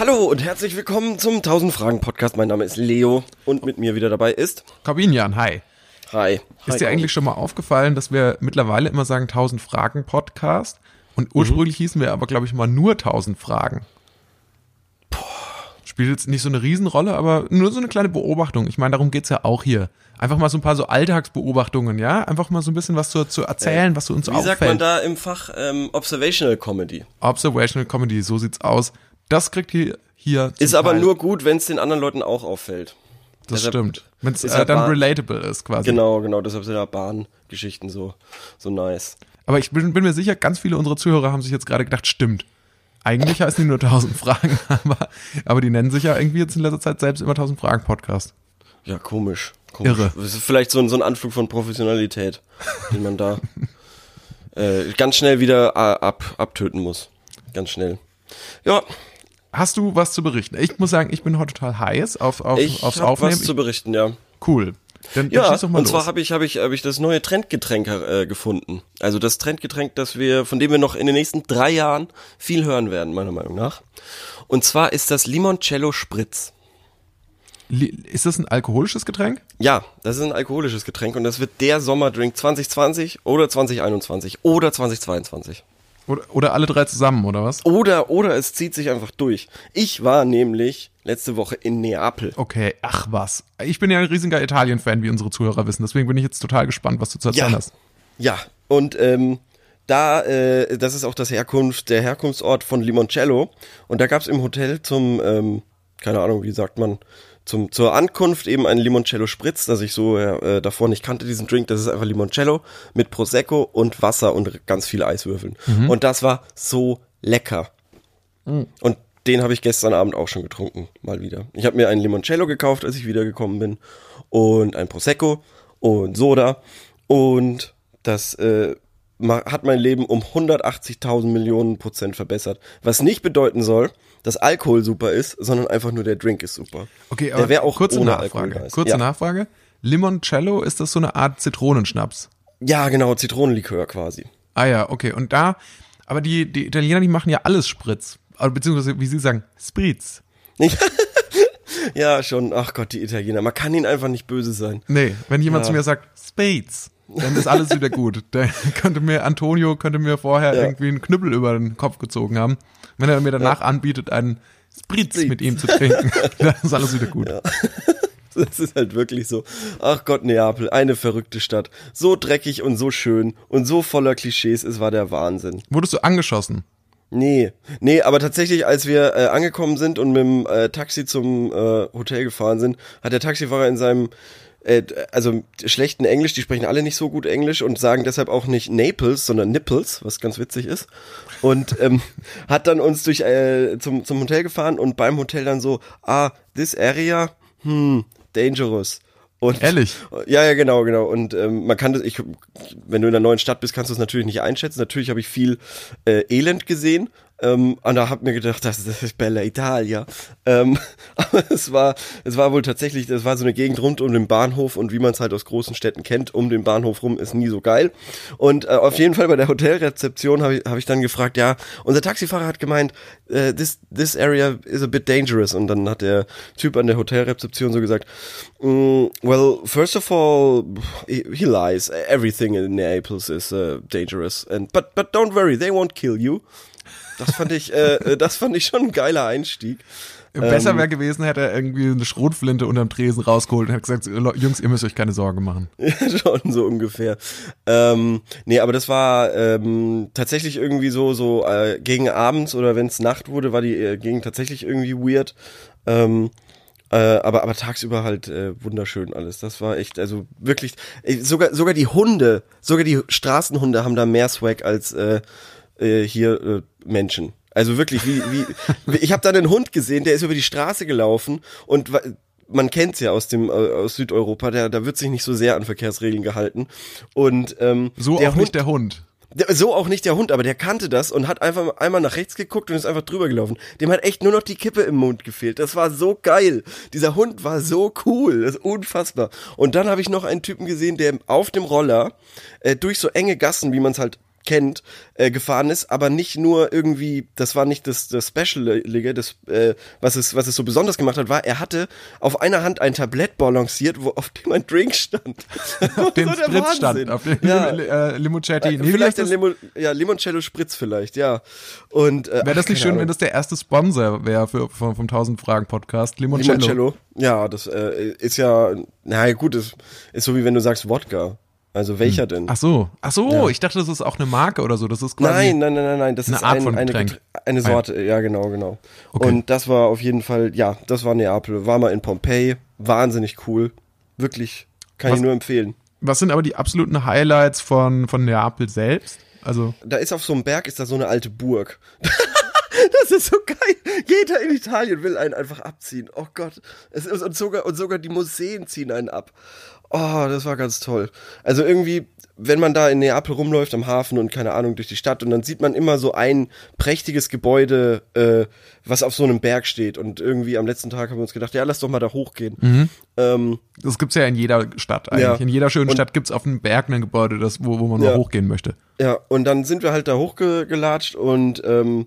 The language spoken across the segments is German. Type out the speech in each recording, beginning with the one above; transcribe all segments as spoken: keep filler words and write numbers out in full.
Hallo und herzlich willkommen zum tausend Fragen Podcast. Mein Name ist Leo und mit mir wieder dabei ist Corbinian, hi. Hi. Ist hi, dir eigentlich schon mal aufgefallen, dass wir mittlerweile immer sagen tausend Fragen Podcast und ursprünglich mhm. hießen wir aber, glaube ich, mal nur tausend Fragen. Boah. Spielt jetzt nicht so eine Riesenrolle, aber nur so eine kleine Beobachtung. Ich meine, darum geht's ja auch hier. Einfach mal so ein paar so Alltagsbeobachtungen, ja? Einfach mal so ein bisschen was zu, zu erzählen, äh, was so uns wie auffällt. Wie sagt man da im Fach ähm, Observational Comedy? Observational Comedy, so sieht's aus. Das kriegt hier hier Ist aber Teil. Nur gut, wenn es den anderen Leuten auch auffällt. Das deshalb stimmt. Wenn es äh, dann relatable ist quasi. Genau, genau. Deshalb sind ja Bahngeschichten so, so nice. Aber ich bin, bin mir sicher, ganz viele unserer Zuhörer haben sich jetzt gerade gedacht, stimmt. Eigentlich heißen die nur tausend Fragen, aber, aber die nennen sich ja irgendwie jetzt in letzter Zeit selbst immer tausend Fragen Podcast. Ja, komisch. komisch. Irre. Das ist vielleicht so ein, so ein Anflug von Professionalität, den man da äh, ganz schnell wieder ab, abtöten muss. Ganz schnell. Ja. Hast du was zu berichten? Ich muss sagen, ich bin heute total heiß auf, auf, ich aufs hab Aufnehmen. Ich was zu berichten, ja. Cool. Dann, dann ja, schieß doch mal und los. zwar habe ich, hab ich, hab ich das neue Trendgetränk äh, gefunden. Also das Trendgetränk, das wir, von dem wir noch in den nächsten drei Jahren viel hören werden, meiner Meinung nach. Und zwar ist das Limoncello Spritz. Ist das ein alkoholisches Getränk? Ja, das ist ein alkoholisches Getränk und das wird der Sommerdrink zwanzig zwanzig oder zwanzig einundzwanzig oder zwanzig zweiundzwanzig. Oder, oder alle drei zusammen, oder was? Oder, oder es zieht sich einfach durch. Ich war nämlich letzte Woche in Neapel. Okay, ach was. Ich bin ja ein riesiger Italien-Fan, wie unsere Zuhörer wissen. Deswegen bin ich jetzt total gespannt, was du zu erzählen ja. hast. Ja, und ähm, da, äh, das ist auch das Herkunft, der Herkunftsort von Limoncello. Und da gab's im Hotel zum, ähm, keine Ahnung, wie sagt man, Zum, zur Ankunft eben ein Limoncello Spritz, das ich so äh, davor nicht kannte, diesen Drink. Das ist einfach Limoncello mit Prosecco und Wasser und ganz viele Eiswürfeln. Mhm. Und das war so lecker. Mhm. Und den habe ich gestern Abend auch schon getrunken, mal wieder. Ich habe mir einen Limoncello gekauft, als ich wiedergekommen bin. Und ein Prosecco und Soda. Und das äh, hat mein Leben um hundertachtzigtausend Millionen Prozent verbessert. Was nicht bedeuten soll, dass Alkohol super ist, sondern einfach nur der Drink ist super. Okay, aber der wäre auch kurze ohne Nachfrage. Alkohol nice. Kurze ja. Nachfrage. Limoncello, ist das so eine Art Zitronenschnaps? Ja, genau, Zitronenlikör quasi. Ah ja, okay. Und da, aber die, die Italiener, die machen ja alles Spritz. Beziehungsweise, wie sie sagen, Spritz. Ja, schon. Ach Gott, die Italiener. Man kann ihnen einfach nicht böse sein. Nee, wenn jemand ja. zu mir sagt, Spritz, dann ist alles wieder gut. Der könnte mir, Antonio könnte mir vorher ja. irgendwie einen Knüppel über den Kopf gezogen haben. Wenn er mir danach ja. anbietet, einen Spritz, Spritz mit ihm zu trinken, dann ist alles wieder gut. Ja. Das ist halt wirklich so. Ach Gott, Neapel, eine verrückte Stadt. So dreckig und so schön und so voller Klischees, es war der Wahnsinn. Wurdest du angeschossen? Nee, nee, aber tatsächlich, als wir äh, angekommen sind und mit dem äh, Taxi zum äh, Hotel gefahren sind, hat der Taxifahrer in seinem äh, also schlechten Englisch, die sprechen alle nicht so gut Englisch und sagen deshalb auch nicht Naples, sondern Nipples, was ganz witzig ist. Und ähm, hat dann uns durch äh, zum zum Hotel gefahren und beim Hotel dann so, ah, this area, hm, dangerous. Und, Ehrlich? Ja, ja, genau, genau. Und ähm, man kann das, ich, wenn du in einer neuen Stadt bist, kannst du es natürlich nicht einschätzen. Natürlich habe ich viel äh, Elend gesehen. Ähm, und da hab mir gedacht, das, das ist Bella Italia. Ähm, aber es war, es war wohl tatsächlich, das war so eine Gegend rund um den Bahnhof und wie man es halt aus großen Städten kennt, um den Bahnhof rum ist nie so geil. Und äh, auf jeden Fall bei der Hotelrezeption habe ich, hab ich dann gefragt, ja, unser Taxifahrer hat gemeint, uh, this, this area is a bit dangerous. Und dann hat der Typ an der Hotelrezeption so gesagt, mm, well, first of all, he, he lies. Everything in Naples is uh, dangerous. And but but don't worry, they won't kill you. Das fand ich, äh, das fand ich schon ein geiler Einstieg. Besser ähm, wäre gewesen, hätte er irgendwie eine Schrotflinte unterm Tresen rausgeholt und hat gesagt, Jungs, ihr müsst euch keine Sorgen machen. Ja, schon so ungefähr. Ähm, nee, aber das war ähm, tatsächlich irgendwie so, so äh, gegen abends oder wenn es Nacht wurde, war die äh, Gegend tatsächlich irgendwie weird. Ähm, äh, aber aber tagsüber halt äh, wunderschön alles. Das war echt, also wirklich, äh, sogar sogar die Hunde, sogar die Straßenhunde haben da mehr Swag als äh, äh, hier äh, Menschen. Also wirklich, wie, wie, ich habe da einen Hund gesehen, der ist über die Straße gelaufen und man kennt's ja aus dem aus Südeuropa, der, da wird sich nicht so sehr an Verkehrsregeln gehalten. Und ähm, so der auch Hund, nicht der Hund. Der, so auch nicht der Hund, aber der kannte das und hat einfach einmal nach rechts geguckt und ist einfach drüber gelaufen. Dem hat echt nur noch die Kippe im Mund gefehlt. Das war so geil. Dieser Hund war so cool, das ist unfassbar. Und dann habe ich noch einen Typen gesehen, der auf dem Roller äh, durch so enge Gassen, wie man es halt kennt, äh, gefahren ist, aber nicht nur irgendwie, das war nicht das, das Special-Lige, das, äh, was es, was es so besonders gemacht hat, war, er hatte auf einer Hand ein Tablett balanciert, wo auf dem ein Drink stand. Auf dem so Spritz stand, auf dem ja. äh, Limoncello. Nee, vielleicht ein Limo, ja, Limoncello Spritz vielleicht, ja. Und äh, wäre das ach, nicht schön, Ahnung. wenn das der erste Sponsor wäre für vom, vom tausend Fragen Podcast? Limoncello. Limoncello. Ja, das äh, ist ja, na gut, das ist so wie wenn du sagst Wodka. Also welcher hm. denn? Ach so, ach so, ja. Ich dachte, das ist auch eine Marke oder so. Das ist quasi nein, nein, nein, nein, nein, das eine ist Art ein, von eine, Getränk. eine Sorte. Ja, genau, genau. Okay. Und das war auf jeden Fall, ja, das war Neapel. War mal in Pompeji, wahnsinnig cool, wirklich, kann was, ich nur empfehlen. Was sind aber die absoluten Highlights von von Neapel selbst? Also da ist auf so einem Berg ist da so eine alte Burg. Das ist so geil. Jeder in Italien will einen einfach abziehen. Oh Gott. Es ist, und, sogar, und sogar die Museen ziehen einen ab. Oh, das war ganz toll. Also irgendwie, wenn man da in Neapel rumläuft am Hafen und keine Ahnung durch die Stadt und dann sieht man immer so ein prächtiges Gebäude, äh, was auf so einem Berg steht. Und irgendwie am letzten Tag haben wir uns gedacht, ja, lass doch mal da hochgehen. Mhm. Ähm, das gibt's ja in jeder Stadt eigentlich. Ja. In jeder schönen und, Stadt gibt's auf einem Berg ein Gebäude, das, wo, wo man ja. mal hochgehen möchte. Ja, und dann sind wir halt da hochgelatscht und ähm,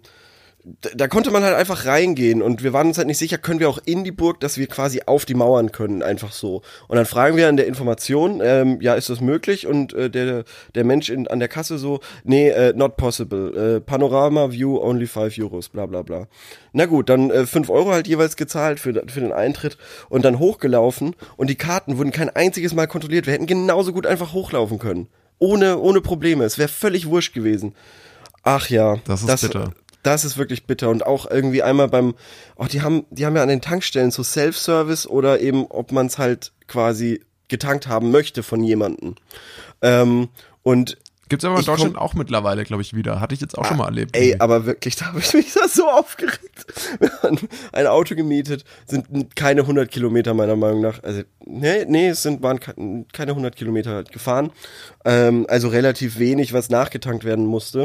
da konnte man halt einfach reingehen und wir waren uns halt nicht sicher, können wir auch in die Burg, dass wir quasi auf die Mauern können, einfach so. Und dann fragen wir an der Information, ähm, ja, ist das möglich? Und äh, der der Mensch in, an der Kasse so, nee, äh, not possible. Äh, Panorama View only five Euros, bla bla bla. Na gut, dann äh, fünf Euro halt jeweils gezahlt für, für den Eintritt und dann hochgelaufen und die Karten wurden kein einziges Mal kontrolliert. Wir hätten genauso gut einfach hochlaufen können. Ohne, ohne Probleme. Es wäre völlig wurscht gewesen. Ach ja. Das ist das, bitter. Das ist wirklich bitter und auch irgendwie einmal beim, oh, die haben, die haben ja an den Tankstellen so Self-Service oder eben, ob man es halt quasi getankt haben möchte von jemandem. Ähm, und gibt's aber in Deutschland komm, auch mittlerweile, glaube ich, wieder. Hatte ich jetzt auch ah, schon mal erlebt. Ey, irgendwie. Aber wirklich, da habe ich mich da so aufgeregt. Wir haben ein Auto gemietet, sind keine hundert Kilometer meiner Meinung nach, also nee, nee, es sind waren keine hundert Kilometer halt gefahren, ähm, also relativ wenig, was nachgetankt werden musste.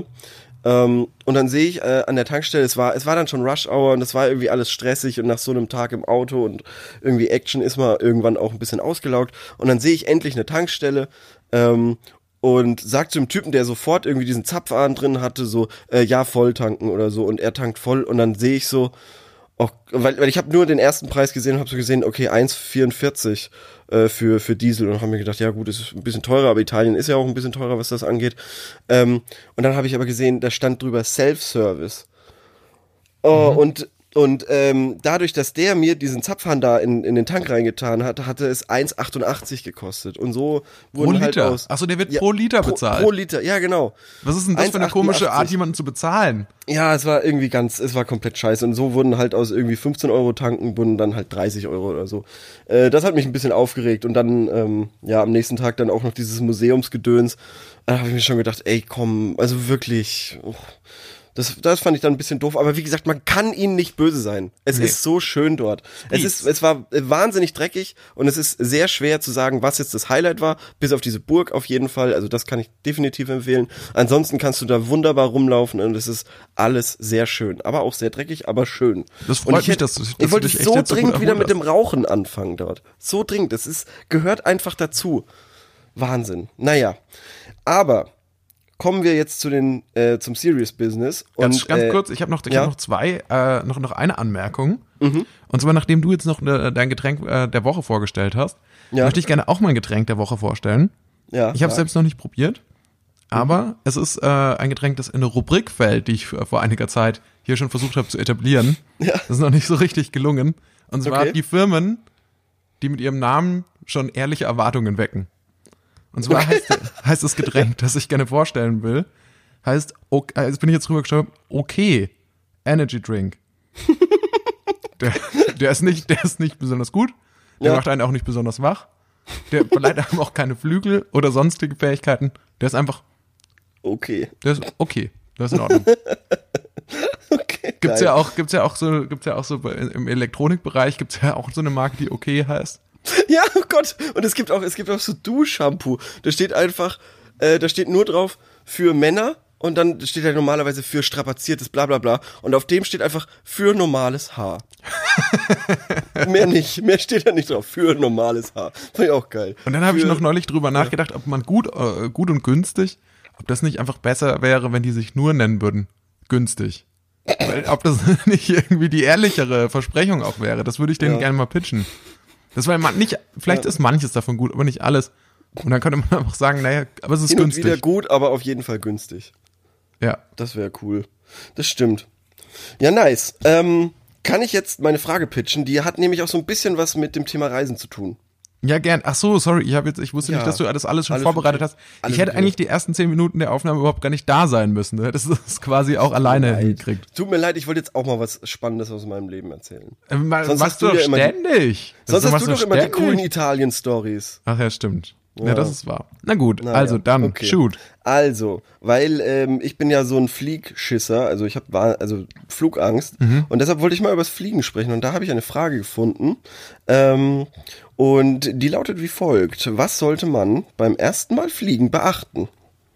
Um, und dann sehe ich äh, an der Tankstelle, es war es war dann schon Rush Hour und es war irgendwie alles stressig und nach so einem Tag im Auto und irgendwie Action ist man irgendwann auch ein bisschen ausgelaugt und dann sehe ich endlich eine Tankstelle ähm, und sag zu dem Typen, der sofort irgendwie diesen Zapfhahn drin hatte, so, äh, ja, voll tanken oder so und er tankt voll und dann sehe ich so, auch, weil, weil ich habe nur den ersten Preis gesehen und habe so gesehen, okay, eins Komma vierundvierzig äh, für für Diesel und habe mir gedacht, ja gut, das ist ein bisschen teurer, aber Italien ist ja auch ein bisschen teurer, was das angeht. Ähm, und dann habe ich aber gesehen, da stand drüber Self-Service. Oh, mhm. und und ähm, dadurch, dass der mir diesen Zapfhahn da in, in den Tank reingetan hat, hatte es eins Komma achtundachtzig gekostet. Und so wurden pro halt Liter. aus... Achso, der wird ja, pro Liter pro, bezahlt. Pro Liter, ja genau. Was ist denn das für eine komische Art, jemanden zu bezahlen? Ja, es war irgendwie ganz, es war komplett scheiße. Und so wurden halt aus irgendwie fünfzehn Euro tanken, wurden dann halt dreißig Euro oder so. Äh, das hat mich ein bisschen aufgeregt. Und dann, ähm, ja, am nächsten Tag dann auch noch dieses Museumsgedöns. Da habe ich mir schon gedacht, ey, komm, also wirklich... Oh. Das, das fand ich dann ein bisschen doof, aber wie gesagt, man kann ihnen nicht böse sein. Es nee. ist so schön dort. Es ist, es war wahnsinnig dreckig und es ist sehr schwer zu sagen, was jetzt das Highlight war, bis auf diese Burg auf jeden Fall. Also das kann ich definitiv empfehlen. Ansonsten kannst du da wunderbar rumlaufen und es ist alles sehr schön, aber auch sehr dreckig, aber schön. Das freut mich, hätte, dass, dass ich wollte du dich so echt dringend so wieder mit dem Rauchen anfangen dort. So dringend. Das ist gehört einfach dazu. Wahnsinn. Naja, aber kommen wir jetzt zu den äh, zum Serious Business. Und, ganz ganz äh, kurz, ich habe noch, ich ja? hab noch zwei, äh, noch noch eine Anmerkung. Mhm. Und zwar, nachdem du jetzt noch ne, dein Getränk äh, der Woche vorgestellt hast, ja. möchte ich gerne auch mein Getränk der Woche vorstellen. Ja, ich habe es selbst noch nicht probiert, aber mhm. es ist äh, ein Getränk, das in eine Rubrik fällt, die ich vor einiger Zeit hier schon versucht habe zu etablieren. Ja. Das ist noch nicht so richtig gelungen. Und zwar okay. die Firmen, die mit ihrem Namen schon ehrliche Erwartungen wecken. Und zwar okay. heißt, heißt das Getränk, das ich gerne vorstellen will, heißt, okay, jetzt bin ich jetzt rübergeschaut, okay, Energy Drink. der, der, ist nicht, der ist nicht besonders gut, der ja. macht einen auch nicht besonders wach, der verleiht einem auch keine Flügel oder sonstige Fähigkeiten, der ist einfach okay. Der ist okay, das ist in Ordnung. Okay, gibt's ja auch, gibt's ja auch so, gibt's ja auch so im Elektronikbereich gibt's ja auch so eine Marke, die okay heißt. Ja, oh Gott. Und es gibt auch, es gibt auch so Duschshampoo. Da steht einfach, äh, da steht nur drauf für Männer und dann steht da normalerweise für strapaziertes bla bla bla. Und auf dem steht einfach für normales Haar. Mehr nicht, mehr steht da nicht drauf. Für normales Haar. Fand ich auch geil. Und dann habe ich noch neulich drüber nachgedacht, ob man gut, äh, gut und günstig ob das nicht einfach besser wäre, wenn die sich nur nennen würden. Günstig. Weil, ob das nicht irgendwie die ehrlichere Versprechung auch wäre. Das würde ich denen ja. gerne mal pitchen. Das war man nicht, vielleicht ja. ist manches davon gut, aber nicht alles. Und dann könnte man einfach sagen, naja, aber es ist Hin günstig. Und wieder gut, aber auf jeden Fall günstig. Ja. Das wäre cool. Das stimmt. Ja, nice. Ähm, kann ich jetzt meine Frage pitchen? Die hat nämlich auch so ein bisschen was mit dem Thema Reisen zu tun. Ja, gern. Ach so, sorry, ich habe jetzt, ich wusste Ja. nicht, dass du das alles schon Alles vorbereitet okay. hast. Alles ich hätte okay. eigentlich die ersten zehn Minuten der Aufnahme überhaupt gar nicht da sein müssen. Du hättest es quasi auch alleine Leid. hingekriegt. Tut mir leid, ich wollte jetzt auch mal was Spannendes aus meinem Leben erzählen. Äh, ma- Sonst machst hast du du doch ja immer die- ständig. Das Sonst hast machst du doch immer die ständig. coolen Italien-Stories. Ach ja, stimmt. Ja, Ja. das ist wahr. Na gut, Naja, also dann, okay. shoot. Also, weil ähm, ich bin ja so ein Fliegschisser, also ich habe also Flugangst und deshalb wollte ich mal über das Fliegen sprechen und da habe ich eine Frage gefunden ähm, und die lautet wie folgt: Was sollte man beim ersten Mal Fliegen beachten?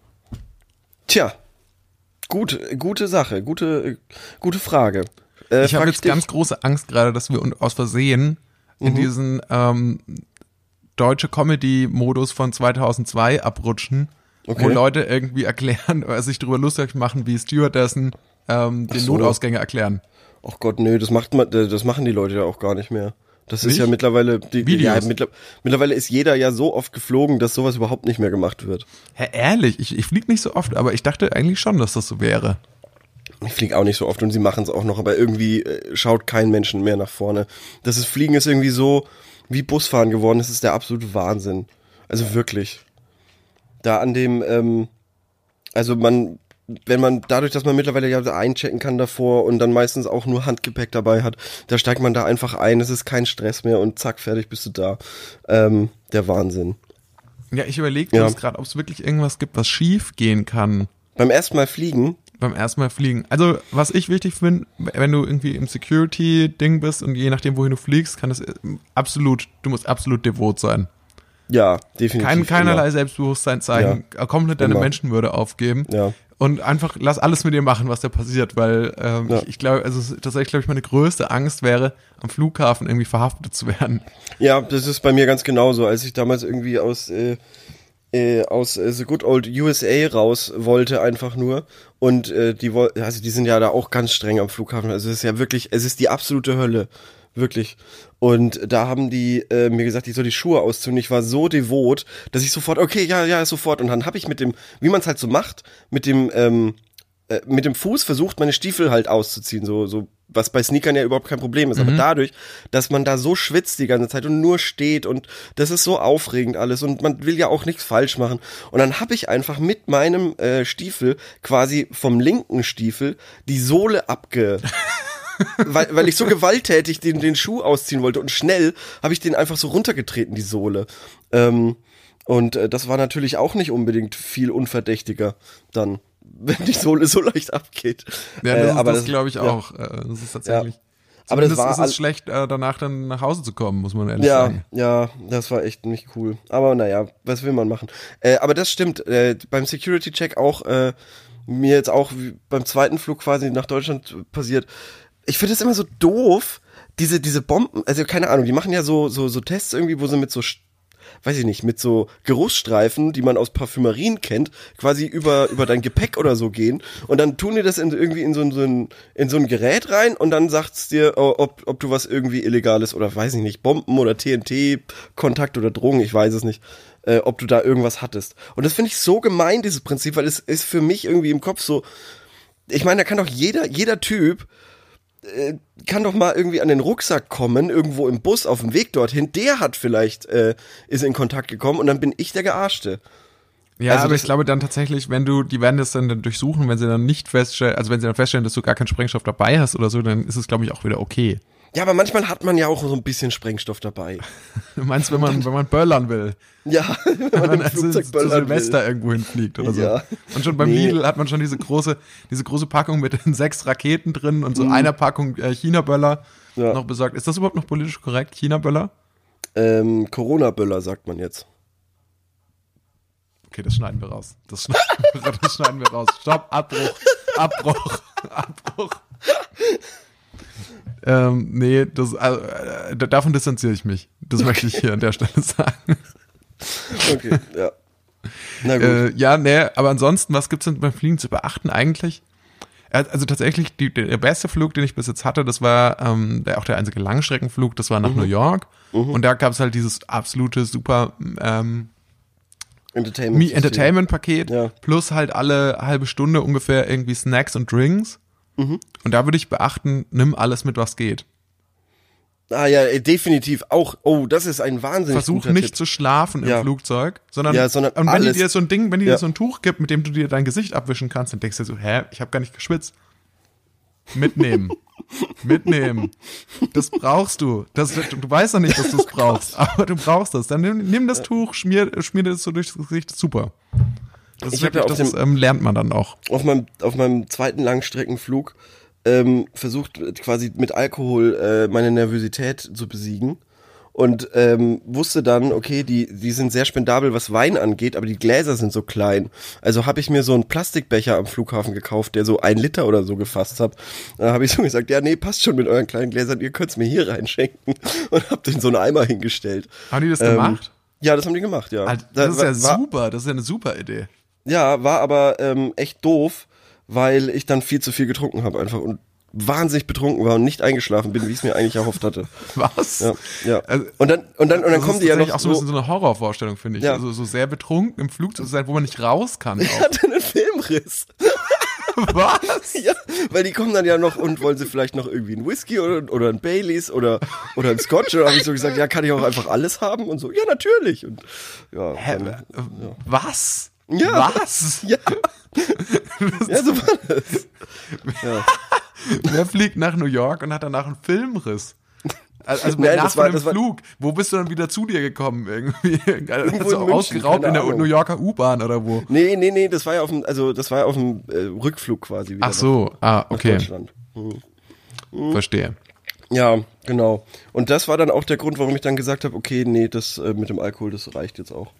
Tja, gut, gute Sache, gute, gute Frage. Äh, Ich habe frag jetzt dich. ganz große Angst gerade, dass wir un- aus Versehen in diesen ähm, deutsche Comedy-Modus von zweitausendzwei abrutschen, Okay. wo Leute irgendwie erklären oder sich darüber lustig machen, wie Stewardessen ähm, den so. Notausgänge erklären. Ach Gott, nö, das macht man, das machen die Leute ja auch gar nicht mehr. Das ist Nicht? ja mittlerweile, die, Videos. ja, mittler, mittlerweile ist jeder ja so oft geflogen, dass sowas überhaupt nicht mehr gemacht wird. Hä, ehrlich, ich, ich fliege nicht so oft, aber ich dachte eigentlich schon, dass das so wäre. Ich fliege auch nicht so oft und sie machen es auch noch, aber irgendwie äh, schaut kein Menschen mehr nach vorne. Das ist, Fliegen ist irgendwie so wie Busfahren geworden, das ist der absolute Wahnsinn. Also wirklich. Da an dem, ähm, also man, wenn man, dadurch, dass man mittlerweile ja einchecken kann davor und dann meistens auch nur Handgepäck dabei hat, da steigt man da einfach ein, es ist kein Stress mehr und zack, fertig bist du da. Ähm, der Wahnsinn. Ja, ich überlege Ja. jetzt gerade, ob es wirklich irgendwas gibt, was schief gehen kann Beim ersten Mal fliegen, beim ersten Mal fliegen. Also, was ich wichtig finde, wenn du irgendwie im Security-Ding bist und je nachdem, wohin du fliegst, kann es absolut, du musst absolut devot sein. ja, definitiv. Kein, keinerlei immer. Selbstbewusstsein zeigen, komplett deine Immer. Menschenwürde aufgeben Ja. und einfach lass alles mit dir machen, was da passiert, weil ähm, Ja. ich, ich glaube, also es ist tatsächlich, glaube ich, meine größte Angst wäre, am Flughafen irgendwie verhaftet zu werden. Ja, das ist bei mir ganz genauso. Als ich damals irgendwie aus, äh, äh, aus äh, The Good Old U S A raus wollte, einfach nur. Und äh, die woll- also die sind ja da auch ganz streng am Flughafen. Also es ist ja wirklich, es ist die absolute Hölle. Wirklich. Und da haben die äh, mir gesagt, ich soll die Schuhe ausziehen. Ich war so devot, dass ich sofort, okay, ja, ja, sofort. Und dann habe ich mit dem, wie man es halt so macht, mit dem, ähm, äh, mit dem Fuß versucht, meine Stiefel halt auszuziehen, so, so, was bei Sneakern ja überhaupt kein Problem ist. Aber dadurch, dass man da so schwitzt die ganze Zeit und nur steht und das ist so aufregend alles und man will ja auch nichts falsch machen. Und dann habe ich einfach mit meinem äh, Stiefel quasi vom linken Stiefel die Sohle abge... weil, weil ich so gewalttätig den, den Schuh ausziehen wollte und schnell habe ich den einfach so runtergetreten, die Sohle. Ähm, und äh, das war natürlich auch nicht unbedingt viel unverdächtiger dann, wenn die Sohle so leicht abgeht. Ja, das, Äh, ist, aber das, das glaube ich ja. auch. Äh, Das ist tatsächlich. Aber das Zumindest war ist all- es schlecht, äh, danach dann nach Hause zu kommen, muss man ehrlich Ja, sagen. ja, das war echt nicht cool. Aber naja, was will man machen? Äh, aber das stimmt, äh, beim Security-Check auch, äh, mir jetzt auch wie beim zweiten Flug quasi nach Deutschland passiert. Ich finde es immer so doof, diese, diese Bomben, also keine Ahnung, die machen ja so, so, so Tests irgendwie, wo sie mit so, Sch- weiß ich nicht, mit so Geruchsstreifen, die man aus Parfümerien kennt, quasi über, über dein Gepäck oder so gehen. Und dann tun die das in, irgendwie in so, ein- so ein, in so ein Gerät rein und dann sagt's dir, oh, ob, ob du was irgendwie Illegales oder weiß ich nicht, Bomben oder T N T-Kontakt oder Drogen, ich weiß es nicht, äh, ob du da irgendwas hattest. Und das finde ich so gemein, dieses Prinzip, weil es ist für mich irgendwie im Kopf so, ich meine, da kann doch jeder, jeder Typ äh, kann doch mal irgendwie an den Rucksack kommen, irgendwo im Bus auf dem Weg dorthin, der hat vielleicht, äh, ist in Kontakt gekommen und dann bin ich der Gearschte. Ja, Also aber das- ich glaube dann tatsächlich, wenn du, die werden das dann, dann durchsuchen, wenn sie dann nicht feststellen, also wenn sie dann feststellen, dass du gar keinen Sprengstoff dabei hast oder so, dann ist es, glaube ich, auch wieder okay. Ja, aber manchmal hat man ja auch so ein bisschen Sprengstoff dabei. Du meinst, wenn man, wenn man böllern will, Ja, wenn wenn man man im also Flugzeug zu böllern Silvester will. irgendwo hinfliegt oder so. Ja. Und schon beim Nee. Lidl hat man schon diese große, diese große Packung mit den sechs Raketen drin und so Mhm. einer Packung äh, China-Böller Ja. noch besorgt. Ist das überhaupt noch politisch korrekt, China-Böller? Ähm, Corona-Böller, sagt man jetzt. Okay, das schneiden wir raus. Das schneiden wir, das schneiden wir raus. Stopp, Abbruch, Abbruch, Abbruch. Ähm, nee, das, äh, davon distanziere ich mich. Das möchte ich hier an der Stelle sagen. Okay, ja. Na gut. Äh, ja, ne, aber ansonsten, was gibt's denn beim Fliegen zu beachten eigentlich? Also tatsächlich, die, der beste Flug, den ich bis jetzt hatte, das war ähm, der, auch der einzige Langstreckenflug, das war nach mhm. New York. Mhm. Und da gab's halt dieses absolute super ähm, Entertainment Entertainment-Paket, ja. plus halt alle halbe Stunde ungefähr irgendwie Snacks und Drinks. Mhm. Und da würde ich beachten, nimm alles mit, was geht. Ah ja, definitiv auch. Oh, das ist ein wahnsinnig Versuch guter nicht Tipp. zu schlafen im ja. Flugzeug, sondern, ja, sondern und wenn alles. die dir so ein Ding, wenn die ja. dir so ein Tuch gibt, mit dem du dir dein Gesicht abwischen kannst, dann denkst du so, hä, ich habe gar nicht geschwitzt. Mitnehmen. Mitnehmen. Das brauchst du. Das, du, du weißt doch nicht, dass du es brauchst, aber du brauchst das. Dann nimm, nimm das Tuch, schmier, schmier das so durchs Gesicht, super. Das, ist wirklich, ja das dem, ähm, lernt man dann auch. Auf meinem, auf meinem zweiten Langstreckenflug ähm, versucht quasi mit Alkohol äh, meine Nervosität zu besiegen und ähm, wusste dann, okay, die die sind sehr spendabel, was Wein angeht, aber die Gläser sind so klein. Also habe ich mir so einen Plastikbecher am Flughafen gekauft, der so ein Liter oder so gefasst hat. Da habe ich so gesagt, ja, nee, passt schon mit euren kleinen Gläsern, ihr könnt's mir hier reinschenken und hab den so einen Eimer hingestellt. Haben die das ähm, gemacht? Ja, das haben die gemacht, ja. Alter, das da, ist ja war, super, das ist ja eine super Idee. Ja, war aber ähm, echt doof, weil ich dann viel zu viel getrunken habe einfach und wahnsinnig betrunken war und nicht eingeschlafen bin, wie ich es mir eigentlich erhofft hatte. Was? Ja, ja. Also, und dann und dann und dann das kommen ist die ja noch auch so ein bisschen so eine Horrorvorstellung, finde ich. Ja. Also so sehr betrunken im Flugzeug zu sein, wo man nicht raus kann. Ich hatte einen Filmriss. Was? Ja, weil die kommen dann ja noch und wollen sie vielleicht noch irgendwie einen Whisky oder, oder einen Baileys oder oder einen Scotch. Und da habe ich so gesagt, ja, kann ich auch einfach alles haben und so. Ja, natürlich. Und ja. Hä, dann, ja. Was? Ja. Was? Ja. Ja, so war das. Ja. Wer fliegt nach New York und hat danach einen Filmriss? Also Nein, nach das war, einem das war, Flug. Wo bist du dann wieder zu dir gekommen? Irgendwie? Irgendwo Also in München, ausgeraubt in der keine New Yorker U-Bahn oder wo? Nee, nee, nee, das war ja auf dem, also das war ja auf dem äh, Rückflug quasi wieder. Ach so, nach, ah, okay. Nach Deutschland. Hm. Hm. Verstehe. Ja, genau. Und das war dann auch der Grund, warum ich dann gesagt habe, okay, nee, das äh, mit dem Alkohol, das reicht jetzt auch.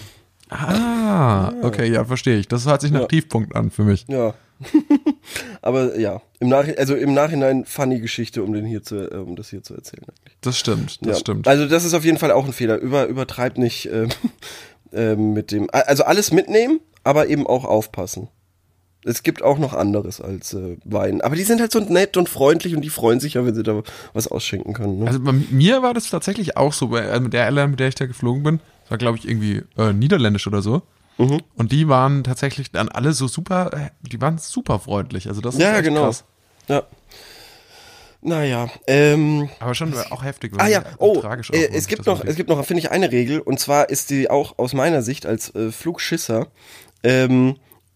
Ah, okay, ja, verstehe ich. Das hört sich nach ja. Tiefpunkt an für mich. Ja. Aber ja, im Nachhinein, also im Nachhinein funny Geschichte, um den hier zu, äh, um das hier zu erzählen eigentlich. Das stimmt, das ja. stimmt. Also das ist auf jeden Fall auch ein Fehler. Über, übertreibt nicht äh, äh, mit dem, also alles mitnehmen, aber eben auch aufpassen. Es gibt auch noch anderes als äh, Wein. Aber die sind halt so nett und freundlich und die freuen sich ja, wenn sie da was ausschenken können. Ne? Also bei mir war das tatsächlich auch so, bei, also mit der Airline, mit der ich da geflogen bin, das war glaube ich irgendwie äh, niederländisch oder so. Mhm. Und die waren tatsächlich dann alle so super, die waren super freundlich. Also das ist ja, echt genau. krass. Ja. Naja, ähm. Aber schon auch heftig. Ah ja, oh, tragisch äh, es gibt noch, es gibt noch, finde ich, eine Regel, und zwar ist die auch aus meiner Sicht als äh, Flugschisser, ähm,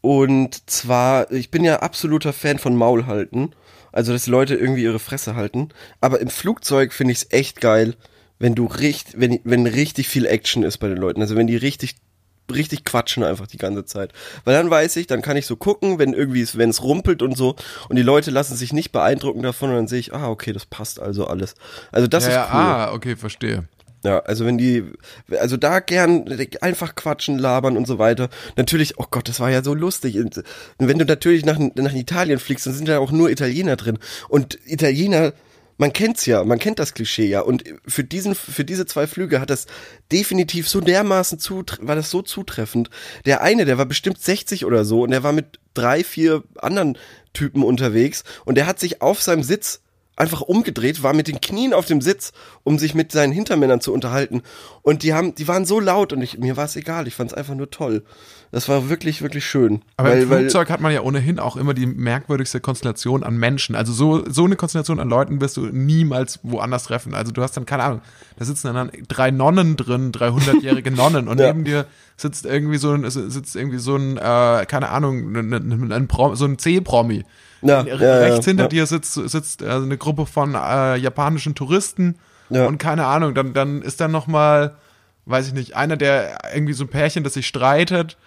und zwar, ich bin ja absoluter Fan von Maul halten, also dass die Leute irgendwie ihre Fresse halten, aber im Flugzeug finde ich es echt geil, wenn du richtig, wenn, wenn richtig viel Action ist bei den Leuten, also wenn die richtig richtig quatschen einfach die ganze Zeit. Weil dann weiß ich, dann kann ich so gucken, wenn irgendwie es, wenn es rumpelt und so und die Leute lassen sich nicht beeindrucken davon und dann sehe ich, ah, okay, das passt also alles. Also das ja, ist ja, cool. Ah, okay, verstehe. Ja, also wenn die, also da gern einfach quatschen, labern und so weiter. Natürlich, oh Gott, das war ja so lustig. Und wenn du natürlich nach, nach Italien fliegst, dann sind da auch nur Italiener drin. Und Italiener, man kennt's ja, man kennt das Klischee ja. Und für diesen, für diese zwei Flüge hat das definitiv so dermaßen zutre- war das so zutreffend. Der eine, der war bestimmt sechzig oder so und der war mit drei, vier anderen Typen unterwegs und der hat sich auf seinem Sitz einfach umgedreht, war mit den Knien auf dem Sitz, um sich mit seinen Hintermännern zu unterhalten. Und die haben, die waren so laut und ich, mir war es egal, ich fand es einfach nur toll. Das war wirklich, wirklich schön. Aber weil, im Flugzeug hat man ja ohnehin auch immer die merkwürdigste Konstellation an Menschen. Also so, so eine Konstellation an Leuten wirst du niemals woanders treffen. Also du hast dann, keine Ahnung, da sitzen dann drei Nonnen drin, dreihundertjährige Nonnen und ja. neben dir sitzt irgendwie so ein, sitzt irgendwie so ein, äh, keine Ahnung, ein, ein, ein Prom, so ein C-Promi. Ja, Rechts ja, hinter ja. dir sitzt, sitzt äh, eine Gruppe von äh, japanischen Touristen ja. und keine Ahnung, dann, dann ist dann nochmal, weiß ich nicht, einer, der irgendwie so ein Pärchen, das sich streitet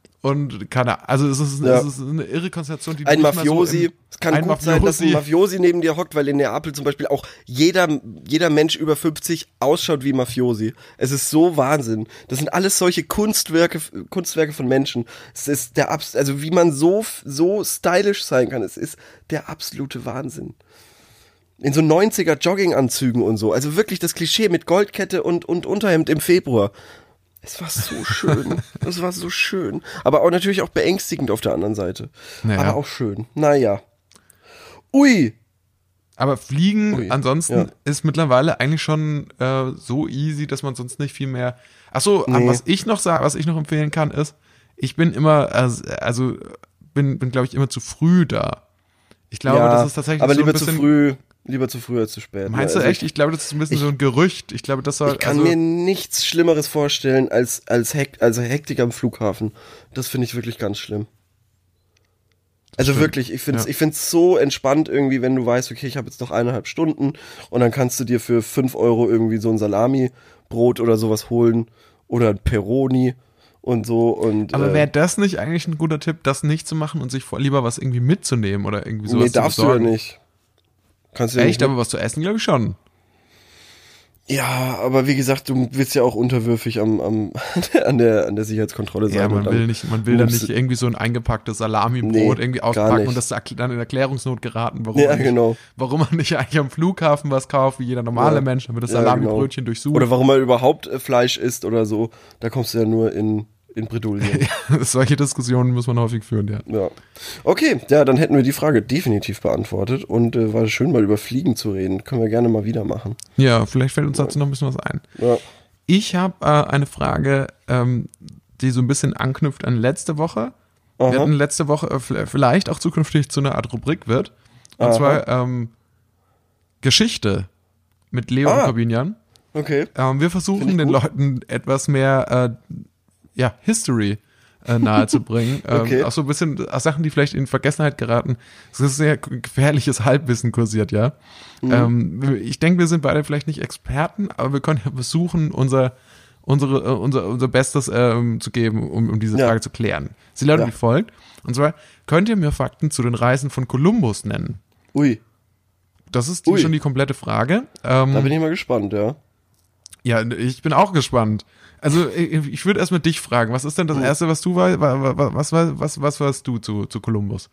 und keine also es ist, ja. es ist eine irre Konstellation, die ein Mafiosi, so in, es kann gut Mafiosi. sein, dass ein Mafiosi neben dir hockt, weil in Neapel zum Beispiel auch jeder, jeder Mensch über fünfzig ausschaut wie Mafiosi. Es ist so Wahnsinn. Das sind alles solche Kunstwerke, Kunstwerke von Menschen. Es ist der Abs- also wie man so, so stylisch sein kann. Es ist der absolute Wahnsinn. In so neunziger Jogginganzügen und so. Also wirklich das Klischee mit Goldkette und, und Unterhemd im Februar. Es war so schön. Es war so schön. Aber auch natürlich auch beängstigend auf der anderen Seite. Naja. Aber auch schön. Naja. Ui. Aber Fliegen Ui, ansonsten ja. ist mittlerweile eigentlich schon äh, so easy, dass man sonst nicht viel mehr. Achso, Nee. was ich noch sage, was ich noch empfehlen kann, ist, ich bin immer, also, also bin, bin glaube ich, immer zu früh da. Ich glaube, ja, das ist tatsächlich aber so lieber ein bisschen. zu früh, lieber zu früh als zu spät. Meinst ne? du Also echt? Ich glaube, das ist ein bisschen ich- so ein Gerücht. Ich glaube, das soll. Ich kann also, mir nichts Schlimmeres vorstellen als, als, Hekt, als Hektik am Flughafen. Das finde ich wirklich ganz schlimm. Also Stimmt. wirklich, ich finde es Ja. ich find's so entspannt irgendwie, wenn du weißt, okay, ich habe jetzt noch eineinhalb Stunden und dann kannst du dir für fünf Euro irgendwie so ein Salami-Brot oder sowas holen oder ein Peroni und so. Und, aber äh, wäre das nicht eigentlich ein guter Tipp, das nicht zu machen und sich vor, lieber was irgendwie mitzunehmen oder irgendwie sowas nee, zu darfst du ja besorgen? nicht. Kannst du ja Echt, nicht aber was zu essen, glaube ich schon. Ja, aber wie gesagt, du wirst ja auch unterwürfig am, am, an, der, an der Sicherheitskontrolle sein. Ja, man und dann will nicht, man will dann musst nicht du- irgendwie so ein eingepacktes Salami-Brot Nee, irgendwie gar auspacken nicht. und das ist dann in Erklärungsnot geraten, warum, Ja, man nicht, genau. warum man nicht eigentlich am Flughafen was kauft, wie jeder normale Ja. Mensch, damit das Ja, Salami-Brötchen durchsucht. Oder warum er überhaupt äh, Fleisch isst oder so. Da kommst du ja nur in, in Bredouillen. Solche Diskussionen muss man häufig führen, ja. Ja. Okay, ja, dann hätten wir die Frage definitiv beantwortet und äh, war schön, mal über Fliegen zu reden. Können wir gerne mal wieder machen. Ja, vielleicht fällt uns dazu noch ein bisschen was ein. Ja. Ich habe äh, eine Frage, ähm, die so ein bisschen anknüpft an letzte Woche. Aha. Wir hatten letzte Woche äh, v- vielleicht auch zukünftig zu einer Art Rubrik wird. Und Aha. zwar ähm, Geschichte mit Leo Ah. und Corbinian. Okay. Ähm, wir Find versuchen ich den gut. Leuten etwas mehr äh, ja, History äh, nahezubringen. Okay. ähm, auch so ein bisschen äh, Sachen, die vielleicht in Vergessenheit geraten. Es ist sehr gefährliches Halbwissen kursiert, ja. Mhm. Ähm, ich denke, wir sind beide vielleicht nicht Experten, aber wir können ja versuchen, unser, unsere, äh, unser, unser Bestes ähm, zu geben, um, um diese Ja. Frage zu klären. Sie lautet Ja. wie folgt. Und zwar, könnt ihr mir Fakten zu den Reisen von Kolumbus nennen? Ui, Das ist die, Ui. schon die komplette Frage. Ähm, da bin ich mal gespannt, ja. Ja, ich bin auch gespannt. Also ich, ich würde erstmal dich fragen, was ist denn das Erste, was du war, wa- wa- was, was, was, was warst du zu, zu Kolumbus?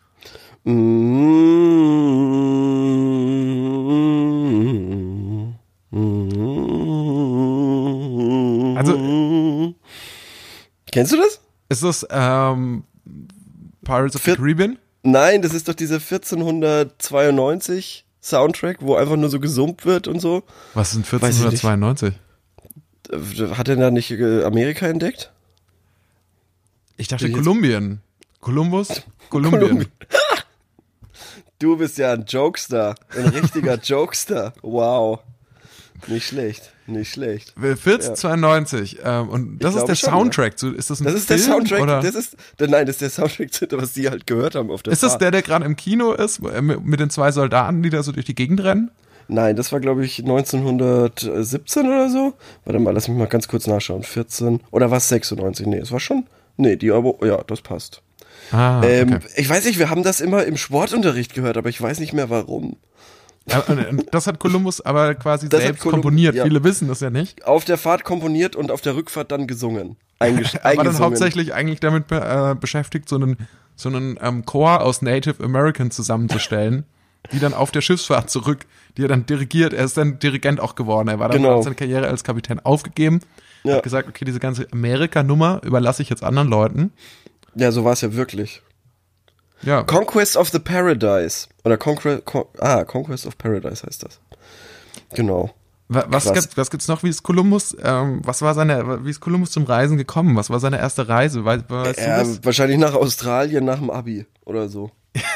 Also. Kennst du das? Ist das ähm, Pirates of the Vier- Caribbean? Nein, das ist doch dieser vierzehnhundertzweiundneunzig Soundtrack, wo einfach nur so gesummt wird und so. Was ist denn Weiß ich nicht. vierzehnhundertzweiundneunzig? Äh, Hat er da nicht äh, Amerika entdeckt? Ich dachte Bin ich jetzt- Kolumbien. Kolumbus? Kolumbien. Kolumbien. Du bist ja ein Jokester, ein richtiger Jokester. Wow. Nicht schlecht, nicht schlecht. vierzehnhundertzweiundneunzig. Ähm, und das ist glaube der schon, Soundtrack. Zu, ist das ein Das ist der Film, Soundtrack, Oder? das ist, nein, das ist der Soundtrack, zu- was die halt gehört haben auf der Ist das Fahrt. der, der gerade im Kino ist, äh, mit mit den zwei Soldaten, die da so durch die Gegend rennen? Nein, das war, glaube ich, neunzehnhundertsiebzehn oder so. Warte mal, lass mich mal ganz kurz nachschauen. vierzehn, oder war es sechsundneunzig? Nee, es war schon, nee, die aber, ja, das passt. Ah, Ähm, okay. Ich weiß nicht, wir haben das immer im Sportunterricht gehört, aber ich weiß nicht mehr warum. Ja, und- und das hat Kolumbus aber quasi Das hat selbst Kolum- komponiert. ja. Viele wissen das ja nicht. Auf der Fahrt komponiert und auf der Rückfahrt dann gesungen. Eingesch Er war dann eingesungen. hauptsächlich eigentlich damit be äh, beschäftigt, so einen, so einen ähm, Chor aus Native Americans zusammenzustellen, die dann auf der Schiffsfahrt zurück, die er dann dirigiert. Er ist dann Dirigent auch geworden. Er war dann Genau. hat seine Karriere als Kapitän aufgegeben. Ja. Hat gesagt, okay, diese ganze Amerika-Nummer überlasse ich jetzt anderen Leuten. Ja, so war es ja wirklich. Ja, Conquest of the Paradise. Oder Conquest, Con ah, Conquest of Paradise heißt das. Genau. Wa- was, krass. gibt, was gibt's noch? Wie ist Kolumbus? Ähm, was war seine? Wie ist Kolumbus zum Reisen gekommen? Was war seine erste Reise? Weißt, weißt du Ja, das? wahrscheinlich nach Australien nach dem Abi oder so.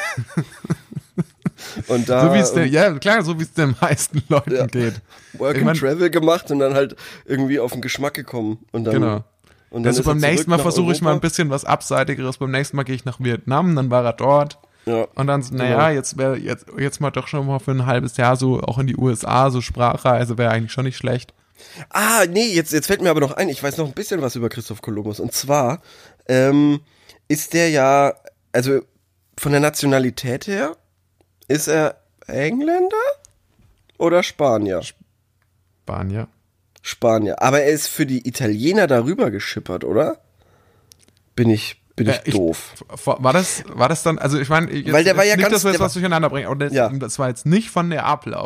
Und da So wie es der, ja klar, so wie es den meisten Leuten Ja. geht. Work Ich and mein- Travel gemacht und dann halt irgendwie auf den Geschmack gekommen. Und dann, Genau. Und dann Also ist er beim nächsten zurück Mal nach versuche ich mal ein Europa. bisschen was Abseitigeres. Beim nächsten Mal gehe ich nach Vietnam, dann war er dort. Ja. Und dann, naja, Genau. jetzt wäre jetzt, jetzt mal doch schon mal für ein halbes Jahr so auch in die U S A, so Sprachreise wäre eigentlich schon nicht schlecht. Ah, nee, jetzt, jetzt fällt mir aber noch ein, ich weiß noch ein bisschen was über Christoph Kolumbus. Und zwar ähm, ist der ja, also von der Nationalität her, ist er Engländer oder Spanier? Spanier. Spanier. Aber er ist für die Italiener darüber geschippert, oder? Bin ich, bin ich Äh, ich- doof. Vor- War das, war das dann, also ich meine, jetzt- Weil der war ja nicht, ganz- dass wir jetzt der was durcheinander bringen, aber das, Ja. das war jetzt nicht von Neapel aus.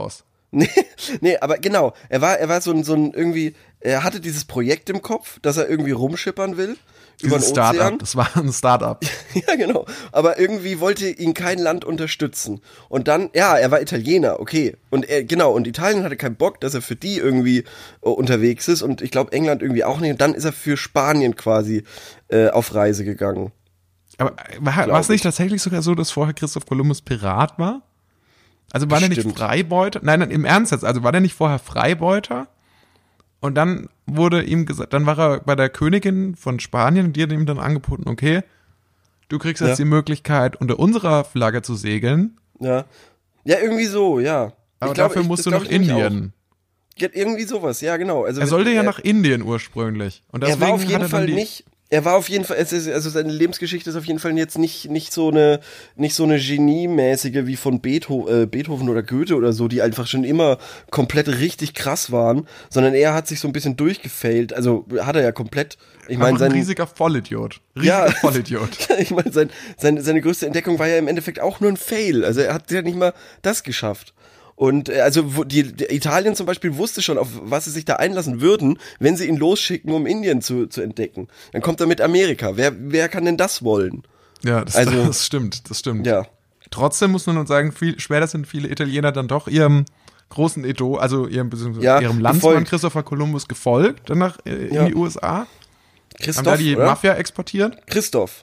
Nee, nee, aber genau, er war, er war so ein, so ein irgendwie, er hatte dieses Projekt im Kopf, dass er irgendwie rumschippern will. Über Dieses den Ozean. Start-up, das war ein Start-up. Ja, genau. Aber irgendwie wollte ihn kein Land unterstützen. Und dann, ja, er war Italiener, okay. Und er, genau, und Italien hatte keinen Bock, dass er für die irgendwie äh, unterwegs ist. Und ich glaube, England irgendwie auch nicht. Und dann ist er für Spanien quasi äh, auf Reise gegangen. Aber war, war es nicht tatsächlich sogar so, dass vorher Christoph Kolumbus Pirat war? Also war der nicht Freibeuter? Nein, nein, im Ernst jetzt. Also war der nicht vorher Freibeuter? Und dann wurde ihm gesagt, dann war er bei der Königin von Spanien und die hat ihm dann angeboten, okay, du kriegst jetzt ja. die Möglichkeit, unter unserer Flagge zu segeln. Ja, ja, irgendwie so, ja. Aber ich glaub, dafür ich, musst du nach Indien. Ja, irgendwie sowas, ja, genau. Also er sollte ja er, nach Indien ursprünglich. Und deswegen er war auf jeden hat er Fall die, nicht... Er war auf jeden Fall, also seine Lebensgeschichte ist auf jeden Fall jetzt nicht, nicht so eine, nicht so eine Geniemäßige wie von Beethoven, äh, Beethoven oder Goethe oder so, die einfach schon immer komplett richtig krass waren, sondern er hat sich so ein bisschen durchgefailt, also hat er ja komplett, ich meine, sein ein riesiger Vollidiot. Riesiger ja, Vollidiot. Ich meine, sein, sein, seine größte Entdeckung war ja im Endeffekt auch nur ein Fail, also er hat ja nicht mal das geschafft. Und äh, also die, die Italien zum Beispiel wusste schon, auf was sie sich da einlassen würden, wenn sie ihn losschicken, um Indien zu, zu entdecken. Dann kommt er mit Amerika. Wer, wer kann denn das wollen? Ja, das, also, das stimmt, das stimmt. Ja. Trotzdem muss man nun sagen, viel, schwer sind viele Italiener dann doch ihrem großen Idol, also ihrem, ja, ihrem Landsmann gefolgt. Christopher Columbus gefolgt, danach äh, ja. in die U S A. Christoph, haben da die oder? Mafia exportiert. Christoph.